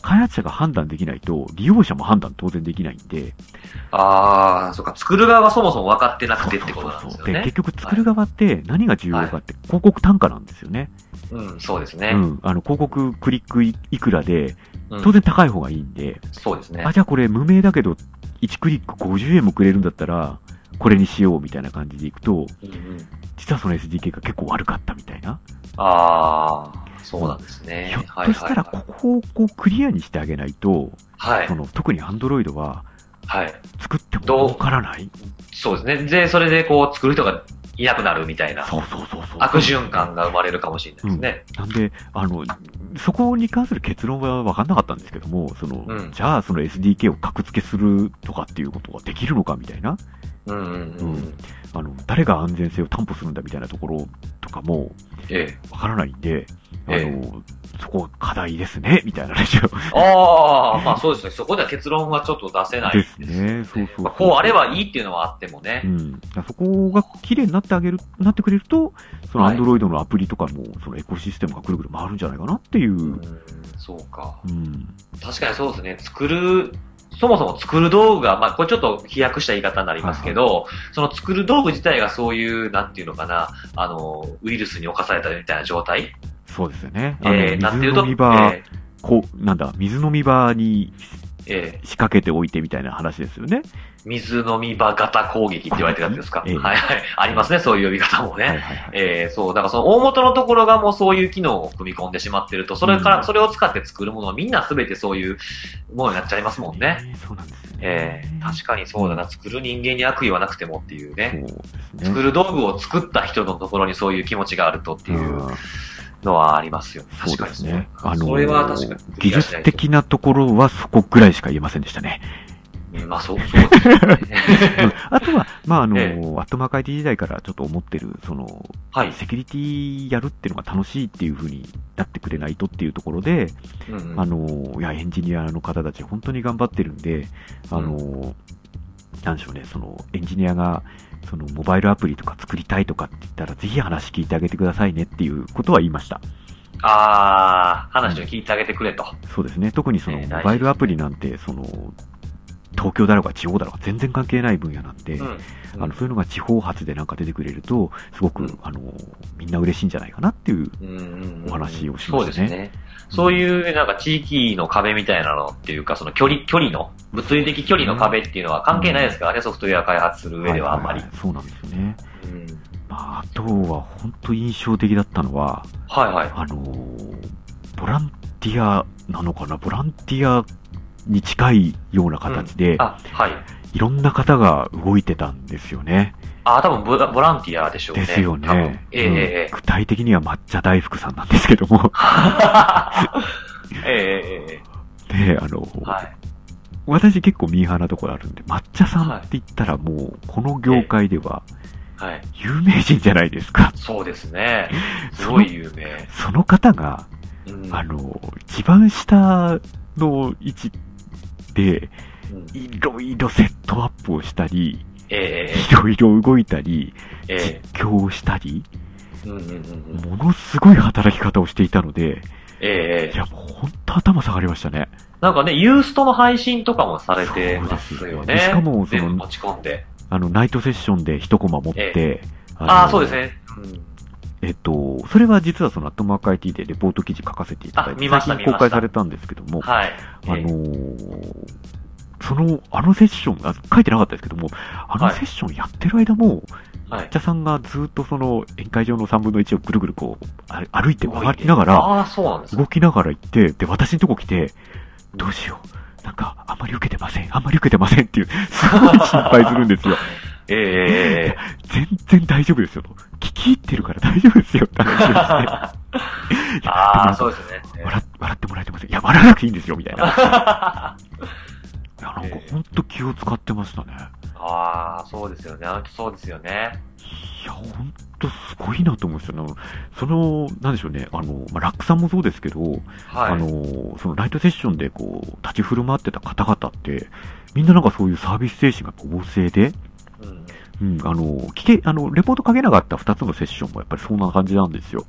A: 開発者が判断できないと、利用者も判断当然できないんで。
B: ああ、そうか、作る側がそもそも分かってなくてってことなんですよね。そうそうそう。で、
A: 結局作る側って何が重要かって広告単価なんですよね。
B: はい、うん、そうですね。
A: うん、あの、広告クリックいくらで、当然高い方がいいんで。
B: うん、そうですね。
A: あ、じゃあこれ無名だけど、いちクリックごじゅうえんもくれるんだったら、これにしようみたいな感じでいくと、うんうん、実はその エスディーケー が結構悪かったみたいな。
B: ああ、そうなんですね。
A: ひょっとしたらここをこうクリアにしてあげないと、
B: はい、
A: その特に Android は、
B: はい、
A: 作っても儲からない、
B: そうですね。で、それでこう作る人がいなくなるみたいな。
A: そうそうそうそう。
B: 悪循環が生まれるかもしれないですね。
A: うん、なんで、あの、そこに関する結論は分かんなかったんですけども、その、うん、じゃあその エスディーケー を格付けするとかっていうことができるのかみたいな。
B: うんうんうん。うん、
A: あの、誰が安全性を担保するんだみたいなところとかも、ええ。分からないんで、あの、ええ、そこ課題ですね、みたいな話を。
B: ああ、まあそうですね。そこでは結論はちょっと出せない
A: ですね。ですね。そうそうそう、
B: まあ。こうあればいいっていうのはあってもね。
A: うん。そこが綺麗になってあげる、なってくれると、その Android のアプリとかも、そのエコシステムがぐるぐる回るんじゃないかなっていう。うん、
B: そうか。
A: うん。
B: 確かにそうですね。作る、そもそも作る道具が、まあ、これちょっと飛躍した言い方になりますけど、はいはい、その作る道具自体がそういう、なんていうのかな、あの、ウイルスに侵されたみたいな状態
A: そうですよね。
B: えー、なってると、
A: 水飲み場、えー、こう、なんだ、水飲み場に、えー、仕掛けておいてみたいな話ですよね。
B: 水飲み場型攻撃って言われてるやつですか、えー、はいはい。ありますね、そういう呼び方もね。はいはいはい、えー、そう、だからその大元のところがもうそういう機能を組み込んでしまってると、それから、うん、それを使って作るものはみんなすべてそういうものになっちゃいますもんね。
A: えー、そうなんですね。
B: えー、確かにそうだな、作る人間に悪意はなくてもっていうね。そうですね。作る道具を作った人のところにそういう気持ちがあるとっていうのはありますよね。確かにね。
A: あのー、
B: それは確かに。
A: 技術的なところはそこぐらいしか言えませんでしたね。
B: まあそう、そうですね。
A: あとは、まああの、ええ、アットマーク アイティー 時代からちょっと思ってる、その、はい、セキュリティやるっていうのが楽しいっていう風になってくれないとっていうところで、うんうん、あの、いや、エンジニアの方たち本当に頑張ってるんで、あの、うん、なんでしょうね、その、エンジニアが、その、モバイルアプリとか作りたいとかって言ったら、ぜひ話聞いてあげてくださいねっていうことは言いました。
B: ああ、話を聞いてあげてくれと。
A: うん、そうですね。特にその、モバイルアプリなんて、その、東京だろうが地方だろうが全然関係ない分野なんで、うんうん、あのそういうのが地方発でなんか出てくれると、すごく、うん、あのみんな嬉しいんじゃないかなっていうお話をしましたね。そうですね。
B: そういうなんか地域の壁みたいなのっていうか、その距離、距離の、物理的距離の壁っていうのは関係ないですからね、うん、ソフトウェア開発する上ではあんまり。はいはいはい、
A: そうなんですよね。うん、まあ、あとは本当印象的だったのは、
B: はいはい。
A: あのボランティアなのかな、ボランティアに近いような形で、うん、あ、はい。いろんな方が動いてたんですよね。
B: あ、多分ボラ、ボランティアでしょうね。
A: ですよね。
B: ええ、うん、
A: 具体的には抹茶大福さんなんですけども。
B: ええ、
A: ええ。で、あの、はい、私結構ミーハーなところあるんで、抹茶さんって言ったらもう、この業界では、はい。有名人じゃないですか。
B: そうですね。すごい有名。
A: その、その方が、うん、あの、一番下の位置で、いろいろセットアップをしたり、えー、いろいろ動いたり、えー、実況をしたり、うんうんうん、ものすごい働き方をしていたので、えー、いやもう本当頭下がりましたね。
B: なんかね、ユーストの配信とかもされてますよね。
A: しかもその、
B: 持ち込んで。
A: あの、ナイトセッションで一コマ持って、え
B: ー、ああ、そうですね。うん
A: えっと、それは実はそのアットマーク アイティー でレポート記事書かせていただいて、最近公開されたんですけども、はい。あのー、その、あのセッション、あ書いてなかったですけども、あのセッションやってる間も、はい、抹茶さんがずっとその宴会場のさんぶんのいちをぐるぐるこう、歩いて回りながら、
B: あそうなんです、
A: 動きながら行って、で、私のとこ来て、どうしよう、なんか、あんまり受けてません、あんまり受けてませんっていう、すごい心配するんですよ。ええー、全然大丈夫ですよと。聞き入ってるから大丈夫ですよって話をして。
B: ああ、そうですね、
A: えー笑。笑ってもらえてません。いや、笑わなくていいんですよ、みたいな。いや、なんかほんと気を使ってましたね。
B: ああ、そうですよね。そうですよね。
A: いや、ほんとすごいなと思うんですよね。その、なんでしょうね、あの、まあ、ラックさんもそうですけど、はい、あの、そのライトセッションでこう、立ち振る舞ってた方々って、みんななんかそういうサービス精神が旺盛で、うん、うん、あの、聞け、あの、レポートかけなかったふたつのセッションもやっぱりそんな感じなんですよ。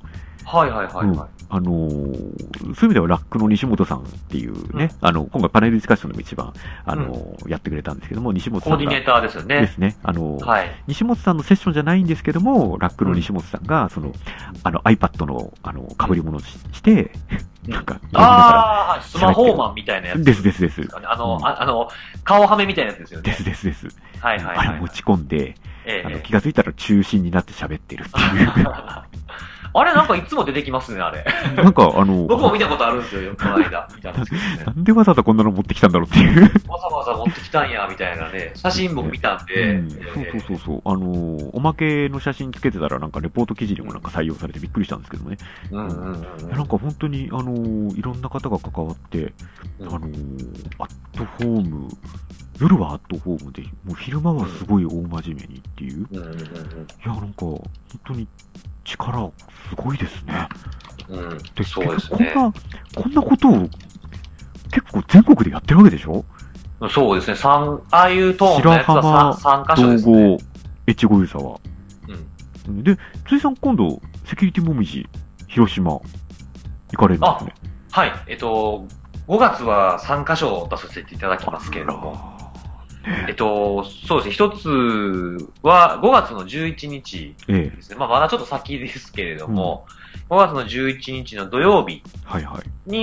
B: はいはいはいはい。うん、
A: あのー、そういう意味ではラックの西本さんっていうね、うん、あの、今回パネルディスカッションでも一番、あのーうん、やってくれたんですけども、西本さんが。
B: コーディネーターですよね。
A: ですね。あのー、はい、西本さんのセッションじゃないんですけども、ラックの西本さんが、その、あの、iPad の、あの、被り物しして、なんか、
B: ああ、スマホーマンみたいなやつ。
A: ですですです。
B: あの、うん、ああの、顔はめみたいなやつですよね。
A: ですですです。
B: はいはいはい、はい。
A: あれ持ち込んで、ええ、あの気がついたら中心になって喋ってるっていう。
B: あれなんかいつも出てきますね、あれ。
A: なんかあの、
B: 僕も見たことあるんですよ、この間。見たんですけどね。
A: なんでわざわざこんなの持ってきたんだろうっていう。
B: わざわざ持ってきたんや、みたいなね。写真僕見たんで。うん、
A: そうそうそうそう。あの、おまけの写真つけてたらなんかレポート記事にもなんか採用されてびっくりしたんですけどね。うんうんうんうん、なんか本当に、あの、いろんな方が関わって、うん、あの、アットホーム、夜はアットホームで、もう昼間はすごい大真面目にっていう。うんうんうんうん、いや、なんか、本当に力、すごいですね。
B: うん、でそうですね。
A: こんな、こんなことを、結構全国でやってるわけでしょ？
B: そうですね。三、ああいうトーンのやつは三箇所ですね。
A: 道後、越後湯沢。うん。で、辻さん今度、セキュリティもみじ、広島、行かれるんですね。
B: あ、はい。えっと、ごがつはさん箇所出させていただきますけれども。えっと、そうですね。一つはごがつのじゅういちにちですね。ええ、まあ、まだちょっと先ですけれども、うん、ごがつのじゅういちにちの土曜日に、はいはい、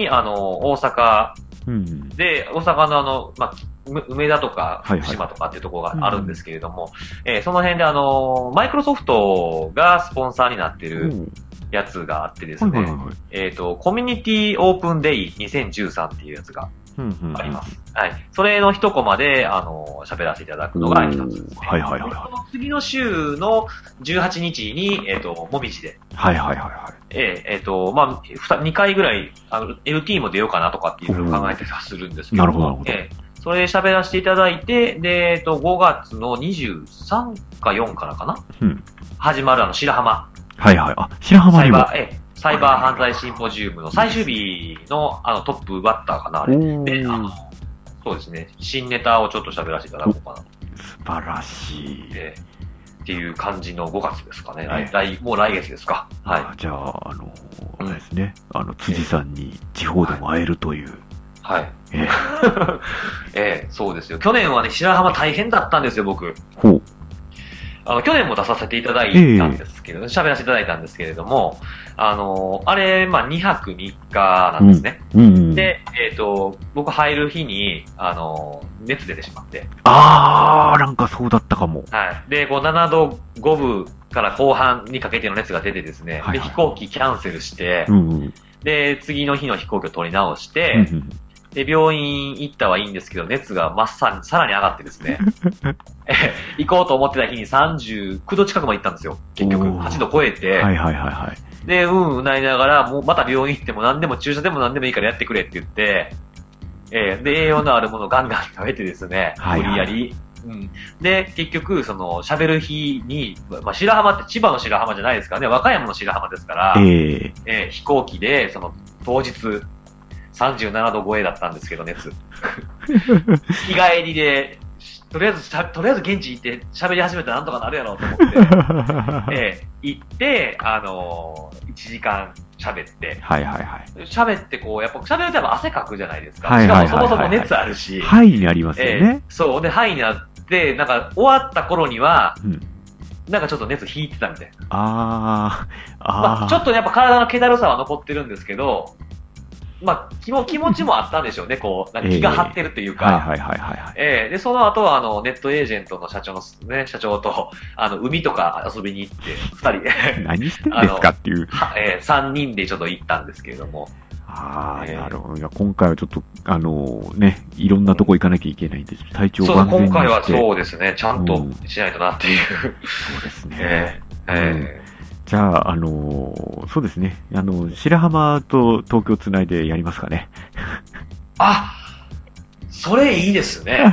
B: あの、大阪で、うん、大阪のあの、まあ、梅田とか福島とかっていうところがあるんですけれども、はいはい、えー、その辺であの、マイクロソフトがスポンサーになってるやつがあってですね、はいはいはい、えっと、コミュニティオープンデイにせんじゅうさんっていうやつがあります。はい。それの一コマで、あの、喋らせていただくのが一つですね。はいはいはい、はい。その次の週のじゅうはちにちに、えっ、ー、と、もみじで。はいはいはいはい。えー、えっ、ー、と、まあ、にかいぐらい、あの、エルティー も出ようかなとかっていうのを考えてたりするんですけど。なるほどなるほど。えー、それで喋らせていただいて、で、えっ、ー、と、ごがつのにじゅうさんかよんからかな、うん、始まるあの、白浜。はいはい。あ、白浜にも。サイバー、えーサイバー犯罪シンポジウムの最終日のあのトップバッターかな、あれ。で、あの、そうですね、新ネタをちょっと喋らせていただこうかな。
A: 素晴らしい。
B: で、っていう感じのごがつですかね。来、来もう来月ですか。はい。
A: じゃあ、あの、あれですね、あの、辻さんに地方でも会えるという。
B: はい。ええええ、そうですよ。去年はね、白浜大変だったんですよ、僕。ほう。あの、去年も出させていただいたんですけど、喋、えー、らせていただいたんですけれども、あの、あれ、まあ、にはくみっかなんですね。うんうんうん、で、えっ、ー、と、僕入る日に、あの、熱出てしまって。
A: あー、なんかそうだったかも。
B: はい。で、こう、ななどごぶから後半にかけての熱が出てですね、はいはい、で、飛行機キャンセルして、うんうん、で、次の日の飛行機を取り直して、うんうん、で、病院行ったはいいんですけど、熱がまっさらに、さらに上がってですね。行こうと思ってた日にさんじゅうきゅうど近くまで行ったんですよ。結局、はちど超えて。はいはいはいはい。で、うんうなりながら、もうまた病院行っても何でも注射でも何でもいいからやってくれって言って、えー、で、栄養のあるものをガンガン食べてですね、はいはい、無理やり。うん。で、結局、その、喋る日に、まあ、白浜って千葉の白浜じゃないですからね、和歌山の白浜ですから、えーえー、飛行機で、その、当日、さんじゅうななど超えだったんですけど、熱。日帰りで、とりあえず、とりあえず現地行って喋り始めたらなんとかなるやろうと思って、えー、行って、あのー、いちじかん喋って、はいはいはい。喋ってこう、やっぱ喋るとやっぱ汗かくじゃないですか。はいはいはいはい、しかもそもそも熱あるし。
A: 範囲にありますよね。
B: えー、そう。で、範囲にあって、なんか終わった頃には、うん、なんかちょっと熱引いてたみたいな。あー、あー。まあ、ちょっとやっぱ体の気だるさは残ってるんですけど、まあ、気も、気持ちもあったんでしょうね、こう、なんか気が張ってるというか。えー、はいはいはいはい、はい。ええー、で、その後は、あの、ネットエージェントの社長の、ね、社長と、あの、海とか遊びに行って、二人で。
A: 何してんですかっていう。
B: ええー、三人でちょっと行ったんですけれども。
A: ああ、えー、なるほど。今回はちょっと、あのー、ね、いろんなとこ行かなきゃいけないんで、体調万全にして。
B: そう、今回はそうですね、ちゃんとしないとなっていう。うん、そう
A: ですね。えー、えーじゃあ、あのー、そうですね。あの、白浜と東京つないでやりますかね。
B: あ、それいいですね。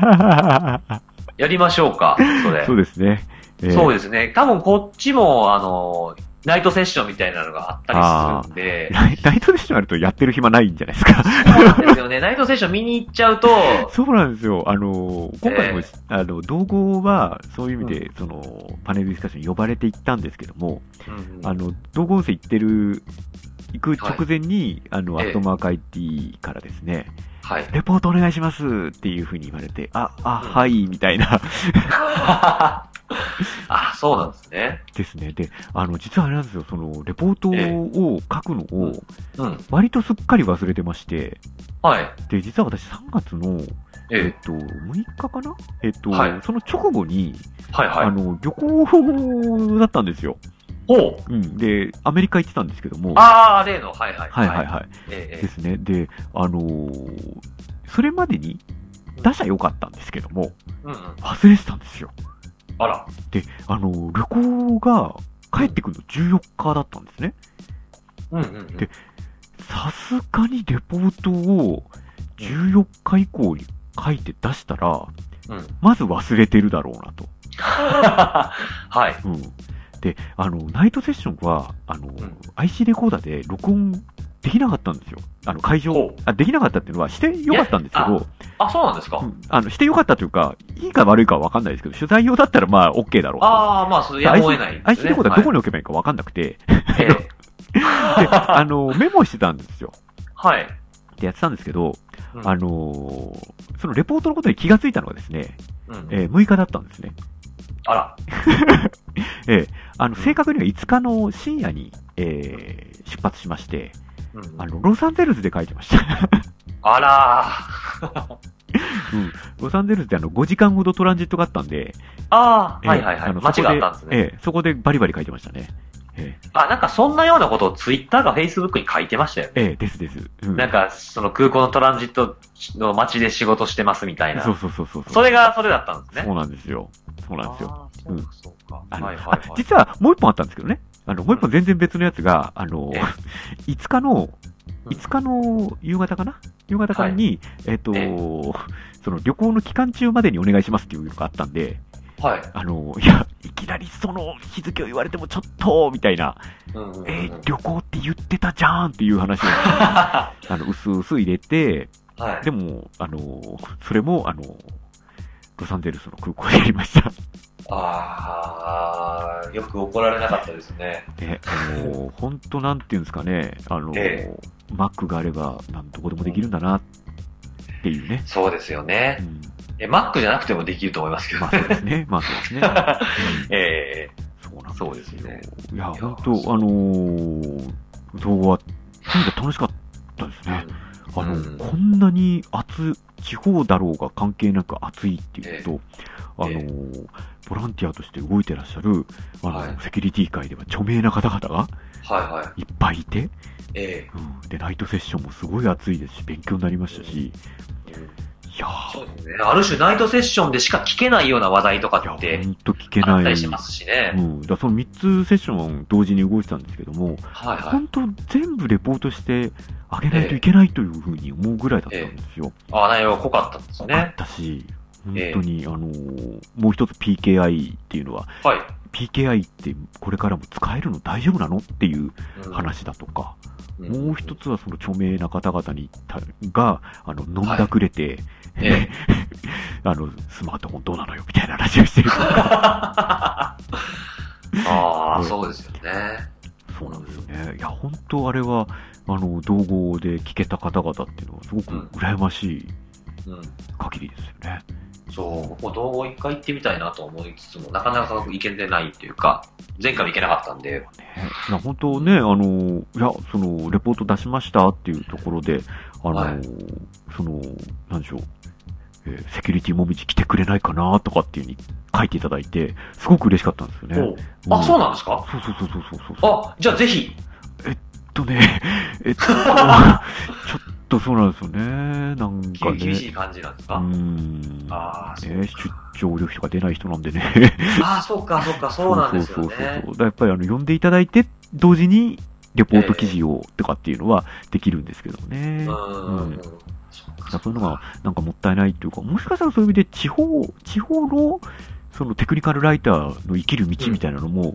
B: やりましょうか、それ。
A: そうですね。
B: えー、そうですね。多分こっちも、あのナイトセッションみたいなのがあったりするんで。
A: ナイトセッションあるとやってる暇ないんじゃないですか。
B: そうなんですよね。ナイトセッション見に行っちゃうと。
A: そうなんですよ。あの、今回も、えー、あの、同合は、そういう意味で、うん、その、パネルディスカッションに呼ばれて行ったんですけども、うんうん、あの、同合生行ってる、行く直前に、はい、あの、アットマーク アイティー からですね、
B: はい。
A: レポートお願いしますっていう風に言われて、あ、あ、うん、はい、みたいな。
B: あ、そうなんですね。
A: ですね。で、あの、実はあれなんですよ、その、レポートを書くのを、割とすっかり忘れてまして、
B: はい。
A: で、実は私さんがつの、えっと、むいかかなえっと、
B: はい、
A: その直後に、
B: はいはい。
A: あの、旅行だったんですよ。
B: ほ
A: う。うん。で、アメリカ行ってたんですけども。
B: ああ、例の、はいはい。
A: はいはいはい。ええ、ですね。で、あのー、それまでに出しゃよかったんですけども、
B: うんうん、
A: 忘れてたんですよ。
B: あら。
A: で、あのー、旅行が帰ってくるのじゅうよっかだったんですね。
B: うんうんうん、
A: で、さすがにレポートをじゅうよっか以降に書いて出したら、うん、まず忘れてるだろうなと。
B: はい。
A: うん。で、あの、ナイトセッションは、あの、うん、アイシー レコーダーで録音できなかったんですよ。あの、会場、あ、できなかったっていうのは、してよかったんですけど、
B: あ、そうなんですか、
A: うん、あの、してよかったというか、いいか悪いかはわかんないですけど、取材用だったらまあ、OK だろうと。
B: ああ、まあ、それやむを得ないですね。
A: アイシー レコーダーどこに置けばいいかわかんなくて、はい、で、あの、メモしてたんですよ。
B: はい。
A: ってやってたんですけど、うん、あのー、そのレポートのことに気がついたのがですね、うん、えー、むいかだったんですね。
B: あら。
A: ええ、あの、正確にはいつかの深夜に、えー、出発しまして、うん、あの、ロサンゼルスで書いてました。
B: あら
A: ー。うん。ロサンゼルスであの、ごじかんほどトランジットがあったんで、
B: ああ、えー、はいはいはい。あの、街があったんですね。
A: ええ、そこでバリバリ書いてましたね。ええ、
B: あ、なんかそんなようなことをツイッターかフェイスブックに書いてましたよね。
A: ええ、ですです。
B: うん、なんか、その空港のトランジットの街で仕事してますみたいな。
A: そうそうそうそう。
B: それがそれだったんですね。
A: そうなんですよ。そうなんですよ。
B: あそうか、そうか。
A: あの、
B: はいはいはい、
A: あ、実はもう一本あったんですけどね。あの、もう一本全然別のやつが、あの、いつかの、いつかの夕方かな夕方からに、はい、えっと、その旅行の期間中までにお願いしますっていうのがあったんで、
B: はい。
A: あの、いや、いきなりその日付を言われてもちょっと、みたいな、うんうんうん、えー、旅行って言ってたじゃんっていう話を、あの、うすうす入れて、はい、でも、あの、それも、あの、ロサンゼルスの空港でやりました。
B: ああ、よく怒られなかったですね。
A: え、あの、本当なんていうんですかね、あの、ええ、Mac があれば、なんどこでもできるんだなっていうね。
B: そうですよね。うん、え、Mac じゃなくてもできると思いますけど
A: ね。まあそうですね。まあそうですね。うん、
B: ええ
A: ー、そうなんですよ。ですね、いや、本当あのー、動画は、とにかく楽しかったですね。うん、あの、うん、こんなに暑、地方だろうが関係なく暑いっていうと、えー、あのー、ボランティアとして動いてらっしゃる、あの、はい、セキュリティ界では著名な方々が、
B: はいはい。
A: いっぱいいて、
B: ええ
A: ー、うん、で、ナイトセッションもすごい暑いですし、勉強になりましたし、うんうん、いやー。
B: そうですね。ある種ナイトセッションでしか聞けないような話題とかって、
A: ほんと聞けない。
B: あったりしますしね。
A: うん。だそのみっつセッション同時に動いてたんですけども、はいはい。本当全部レポートしてあげないといけないというふうに思うぐらいだったんですよ。
B: ええ、ああ、内容濃かったんですね。
A: 濃かったし、本当に、ええ、あのー、もう一つ ピーケーアイ っていうのは、
B: はい。
A: ピーケーアイ ってこれからも使えるの大丈夫なのっていう話だとか、うん、もう一つはその著名な方々にが、あの、飲んだくれて、はい、ええ、あの、スマートフォンどうなのよみたいな話をしてるとか。
B: ああ、そうですよね。
A: そうなんですよね。いや、本当あれは、あの、同合で聞けた方々っていうのはすごく羨ましい限りですよね。
B: うん、そう、僕も同合一回行ってみたいなと思いつつも、なかなか行けてないっていうか、前回も行けなかったんで。ね、
A: いや本当ね、あの、いや、その、レポート出しましたっていうところで、あの、はい、その、なんでしょう、えー、セキュリティもみじ来てくれないかなとかっていう風に書いていただいて、すごく嬉しかったんですよね。
B: あ、うん、そうなんですか？
A: そうそうそうそうそうそう。
B: あ、じゃあぜひ。
A: えっとね、えっと、ちょっとそうなんですよね。なんかね。
B: 厳しい感じなんですか？
A: うーん。
B: ああ、そう
A: ね、出張旅費とか出ない人なんでね。
B: ああ、そうか、そうか、そうなんですよね。そうそうそうそう。
A: やっぱりあの、呼んでいただいて、同時に、レポート記事を、とかっていうのはできるんですけどね。
B: えー、うん。うん
A: そういうのが、なんかもったいないっていうか、もしかしたらそういう意味で地方、地方の、そのテクニカルライターの生きる道みたいなのも、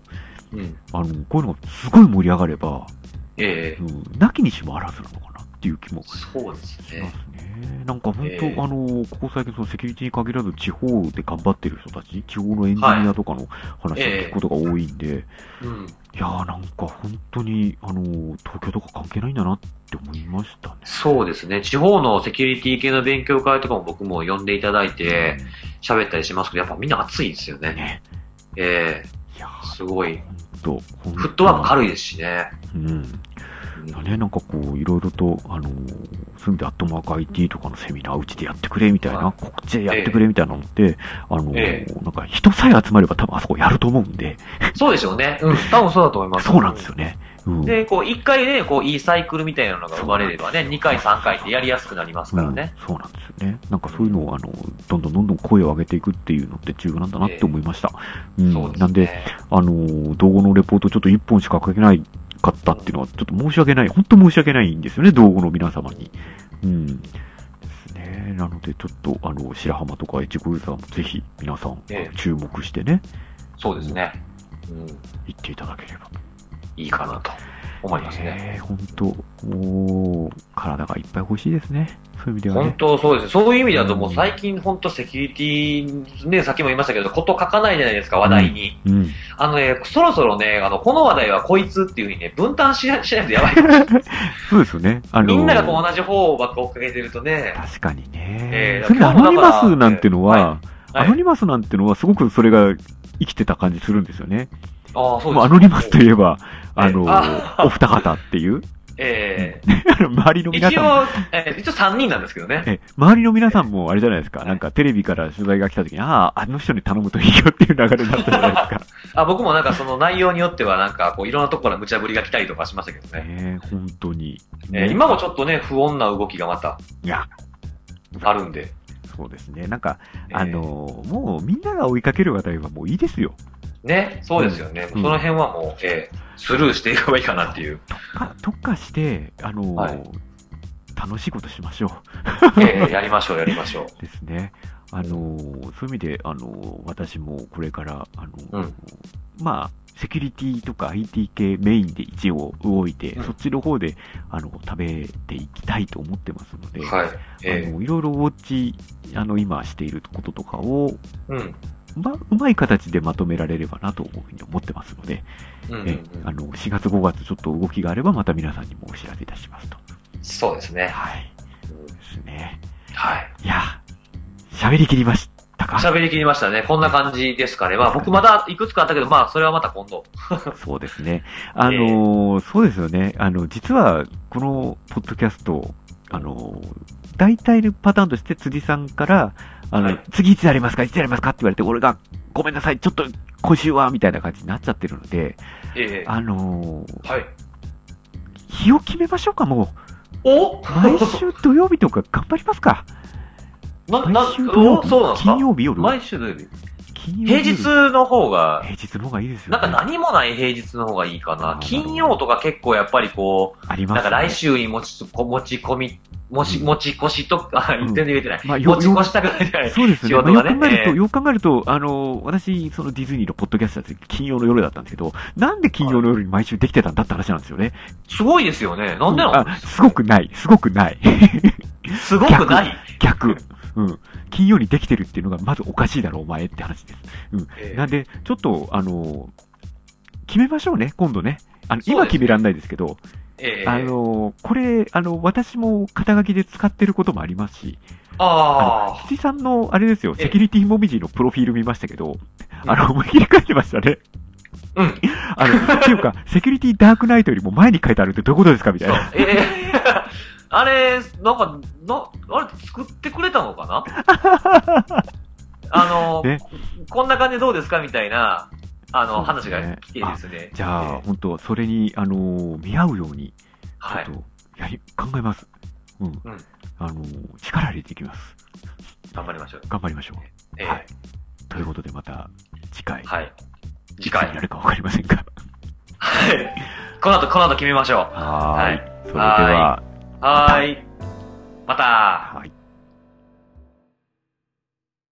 A: うん、あの、こういうのがすごい盛り上がれば、
B: ええー
A: うん、なきにしもあらずなのかなっていう気もしますね。
B: そうですね。
A: なんか本当、えー、あの、ここ最近そのセキュリティに限らず地方で頑張ってる人たち、地方のエンジニアとかの話を聞くことが多いんで、はいえーうん、いやーなんか本当に、あの、東京とか関係ないんだなって思いましたね。
B: そうですね。地方のセキュリティ系の勉強会とかも僕も呼んでいただいて、喋、うん、ったりしますけど、やっぱみんな熱いですよね。ねええー、いやすごい。本当フットワーク軽いですしね。
A: うん。だね、なんかこう、いろいろと、あのー、そういう意味でアットマーク アイティー とかのセミナーうちでやってくれみたいな、こっちでやってくれみたいなのって、えー、あのーえー、なんか人さえ集まれば多分あそこやると思うんで。
B: そうでしょうね。うん、多分そうだと思います。
A: そうなんですよね。うん、
B: で、こう、一回ね、こう、いいサイクルみたいなのが生まれればね、二回、三回ってやりやすくなりますからね、
A: うん。そうなんですよね。なんかそういうのを、あの、どんどんどんどん声を上げていくっていうのって重要なんだなって思いました。えー、うん。そうですね。なんで、あの、動画のレポートちょっと一本しか書けないかったっていうのは、ちょっと申し訳ない、本当申し訳ないんですよね、道後の皆様に。うん。ですね。なので、ちょっと、あの、白浜とか越後ユーザーもぜひ、皆さん、ええ、注目してね。
B: そうですね。
A: うん。言っていただければ。
B: いいかなと思いますね。
A: えー、本当、もう、体がいっぱい欲しいですね。そういう意味ではね。
B: 本当そうですね。そういう意味だともう最近本当セキュリティ、ね、さっきも言いましたけど、こと書かないじゃないですか、話題に。うんうん、あのね、そろそろね、あの、この話題はこいつっていう風にね、分担しないしないとやばいかもしれないです。
A: そうですよね。
B: あのー、みんながこう同じ方ばっか追っかけてるとね。
A: 確かにね。えー、それアノニマスなんてのは、はいはい、アノニマスなんてのはすごくそれが生きてた感じするんですよね。
B: ああ、そうですね。
A: アノニマスといえば、あの、お二方っていう。
B: ええー。
A: 周りの皆さん
B: も。一応、えー、一応三人なんですけどね。
A: え、周りの皆さんもあれじゃないですか。なんかテレビから取材が来た時に、ああ、あの人に頼むといいよっていう流れになったじゃないですか。
B: あ、僕もなんかその内容によってはなんかこういろんなところから無茶ぶりが来たりとかしましたけどね。
A: ええー、本当に。
B: えー、今もちょっとね、不穏な動きがまた。いや。あるんで。
A: そうですね。なんか、あのー、もうみんなが追いかける話題はもういいですよ。
B: ね、そうですよね。うん、その辺はもう、えー、スルーしていけばいいかなっていう。
A: 特化、特化して、あのーはい、楽しいことしましょう。
B: えー、やりましょう、やりましょう。
A: ですね。あのー、そういう意味で、あのー、私もこれから、あのーうん、まあ、セキュリティとか アイティー 系メインで一応動いて、うん、そっちの方で、あの、食べていきたいと思ってますので、はい。えー、あの、いろいろウォッチ、あの、今していることとかを、うん。ま、うまい形でまとめられればなというふうに思ってますので、うんうんうん、えあのしがつごがつちょっと動きがあればまた皆さんにもお知らせいたしますと。
B: そうですね。
A: はい。そうですね。
B: はい。
A: いや、喋り切りましたか？
B: 喋り切りましたね。こんな感じですかね。まあ僕まだいくつかあったけど、まあそれはまた今度。
A: そうですね。あのーえー、そうですよね。あの、実はこのポッドキャスト、あのー、大体のパターンとして辻さんから、あの、はい、次いつやりますかいつやりますかって言われて、俺が、ごめんなさい、ちょっと、今週は、みたいな感じになっちゃってるので、ええ、あのー、はい。日を決めましょうか、も
B: う。お
A: 毎週土曜日とか頑張りますか。
B: な、な、おそうなんですか
A: 金曜日夜
B: 毎週土曜日。平日の方が、
A: 平日の方がいいですよ
B: ね。なんか何もない平日の方がいいかな。金曜とか結構やっぱりこう、ありますね。なんか来週に持ち、持ち込み、持ち、持ち越しと、あ、全然言えてない。まあ、持ち越したくないじゃない。
A: そうですね。仕事がね。よく考えると、よく考えると、あの、私、そのディズニーのポッドキャストって金曜の夜だったんですけど、なんで金曜の夜に毎週できてたんだって話なんですよね。
B: すごいですよね。なんでなの？
A: あ、すごくない。すごくない。
B: すごくない
A: 逆。逆。うん。金曜にできてるっていうのがまずおかしいだろ、お前って話です。うん。えー、なんで、ちょっと、あの、決めましょうね、今度ね。あの、今決めらんないですけど、えー、あの、これ、あの、私も肩書きで使ってることもありますし、ああ。辻さんの、あれですよ、セキュリティモミジのプロフィール見ましたけど、あの、思い切り書いてましたね。
B: うん。
A: あの、っていうか、セキュリティダークナイトよりも前に書いてあるってどういうことですかみたいな。
B: ええー、あれ、なんか、な、あれ作ってくれたのかなあの、ね、こんな感じでどうですかみたいな、あの、ね、話が来てですね。
A: じゃあ、えー、本当それに、あの、見合うように、ちょっと、やり、考えます。うん。うん、あの、力入れていきます。
B: 頑張りましょう。
A: 頑張りましょう。
B: えー、
A: はい。ということで、また、次回。
B: はい。次回。
A: いつになるかわかりませんが。
B: はい。この後、この後決めましょう。
A: はい。それでは、
B: はい。また。
A: はい。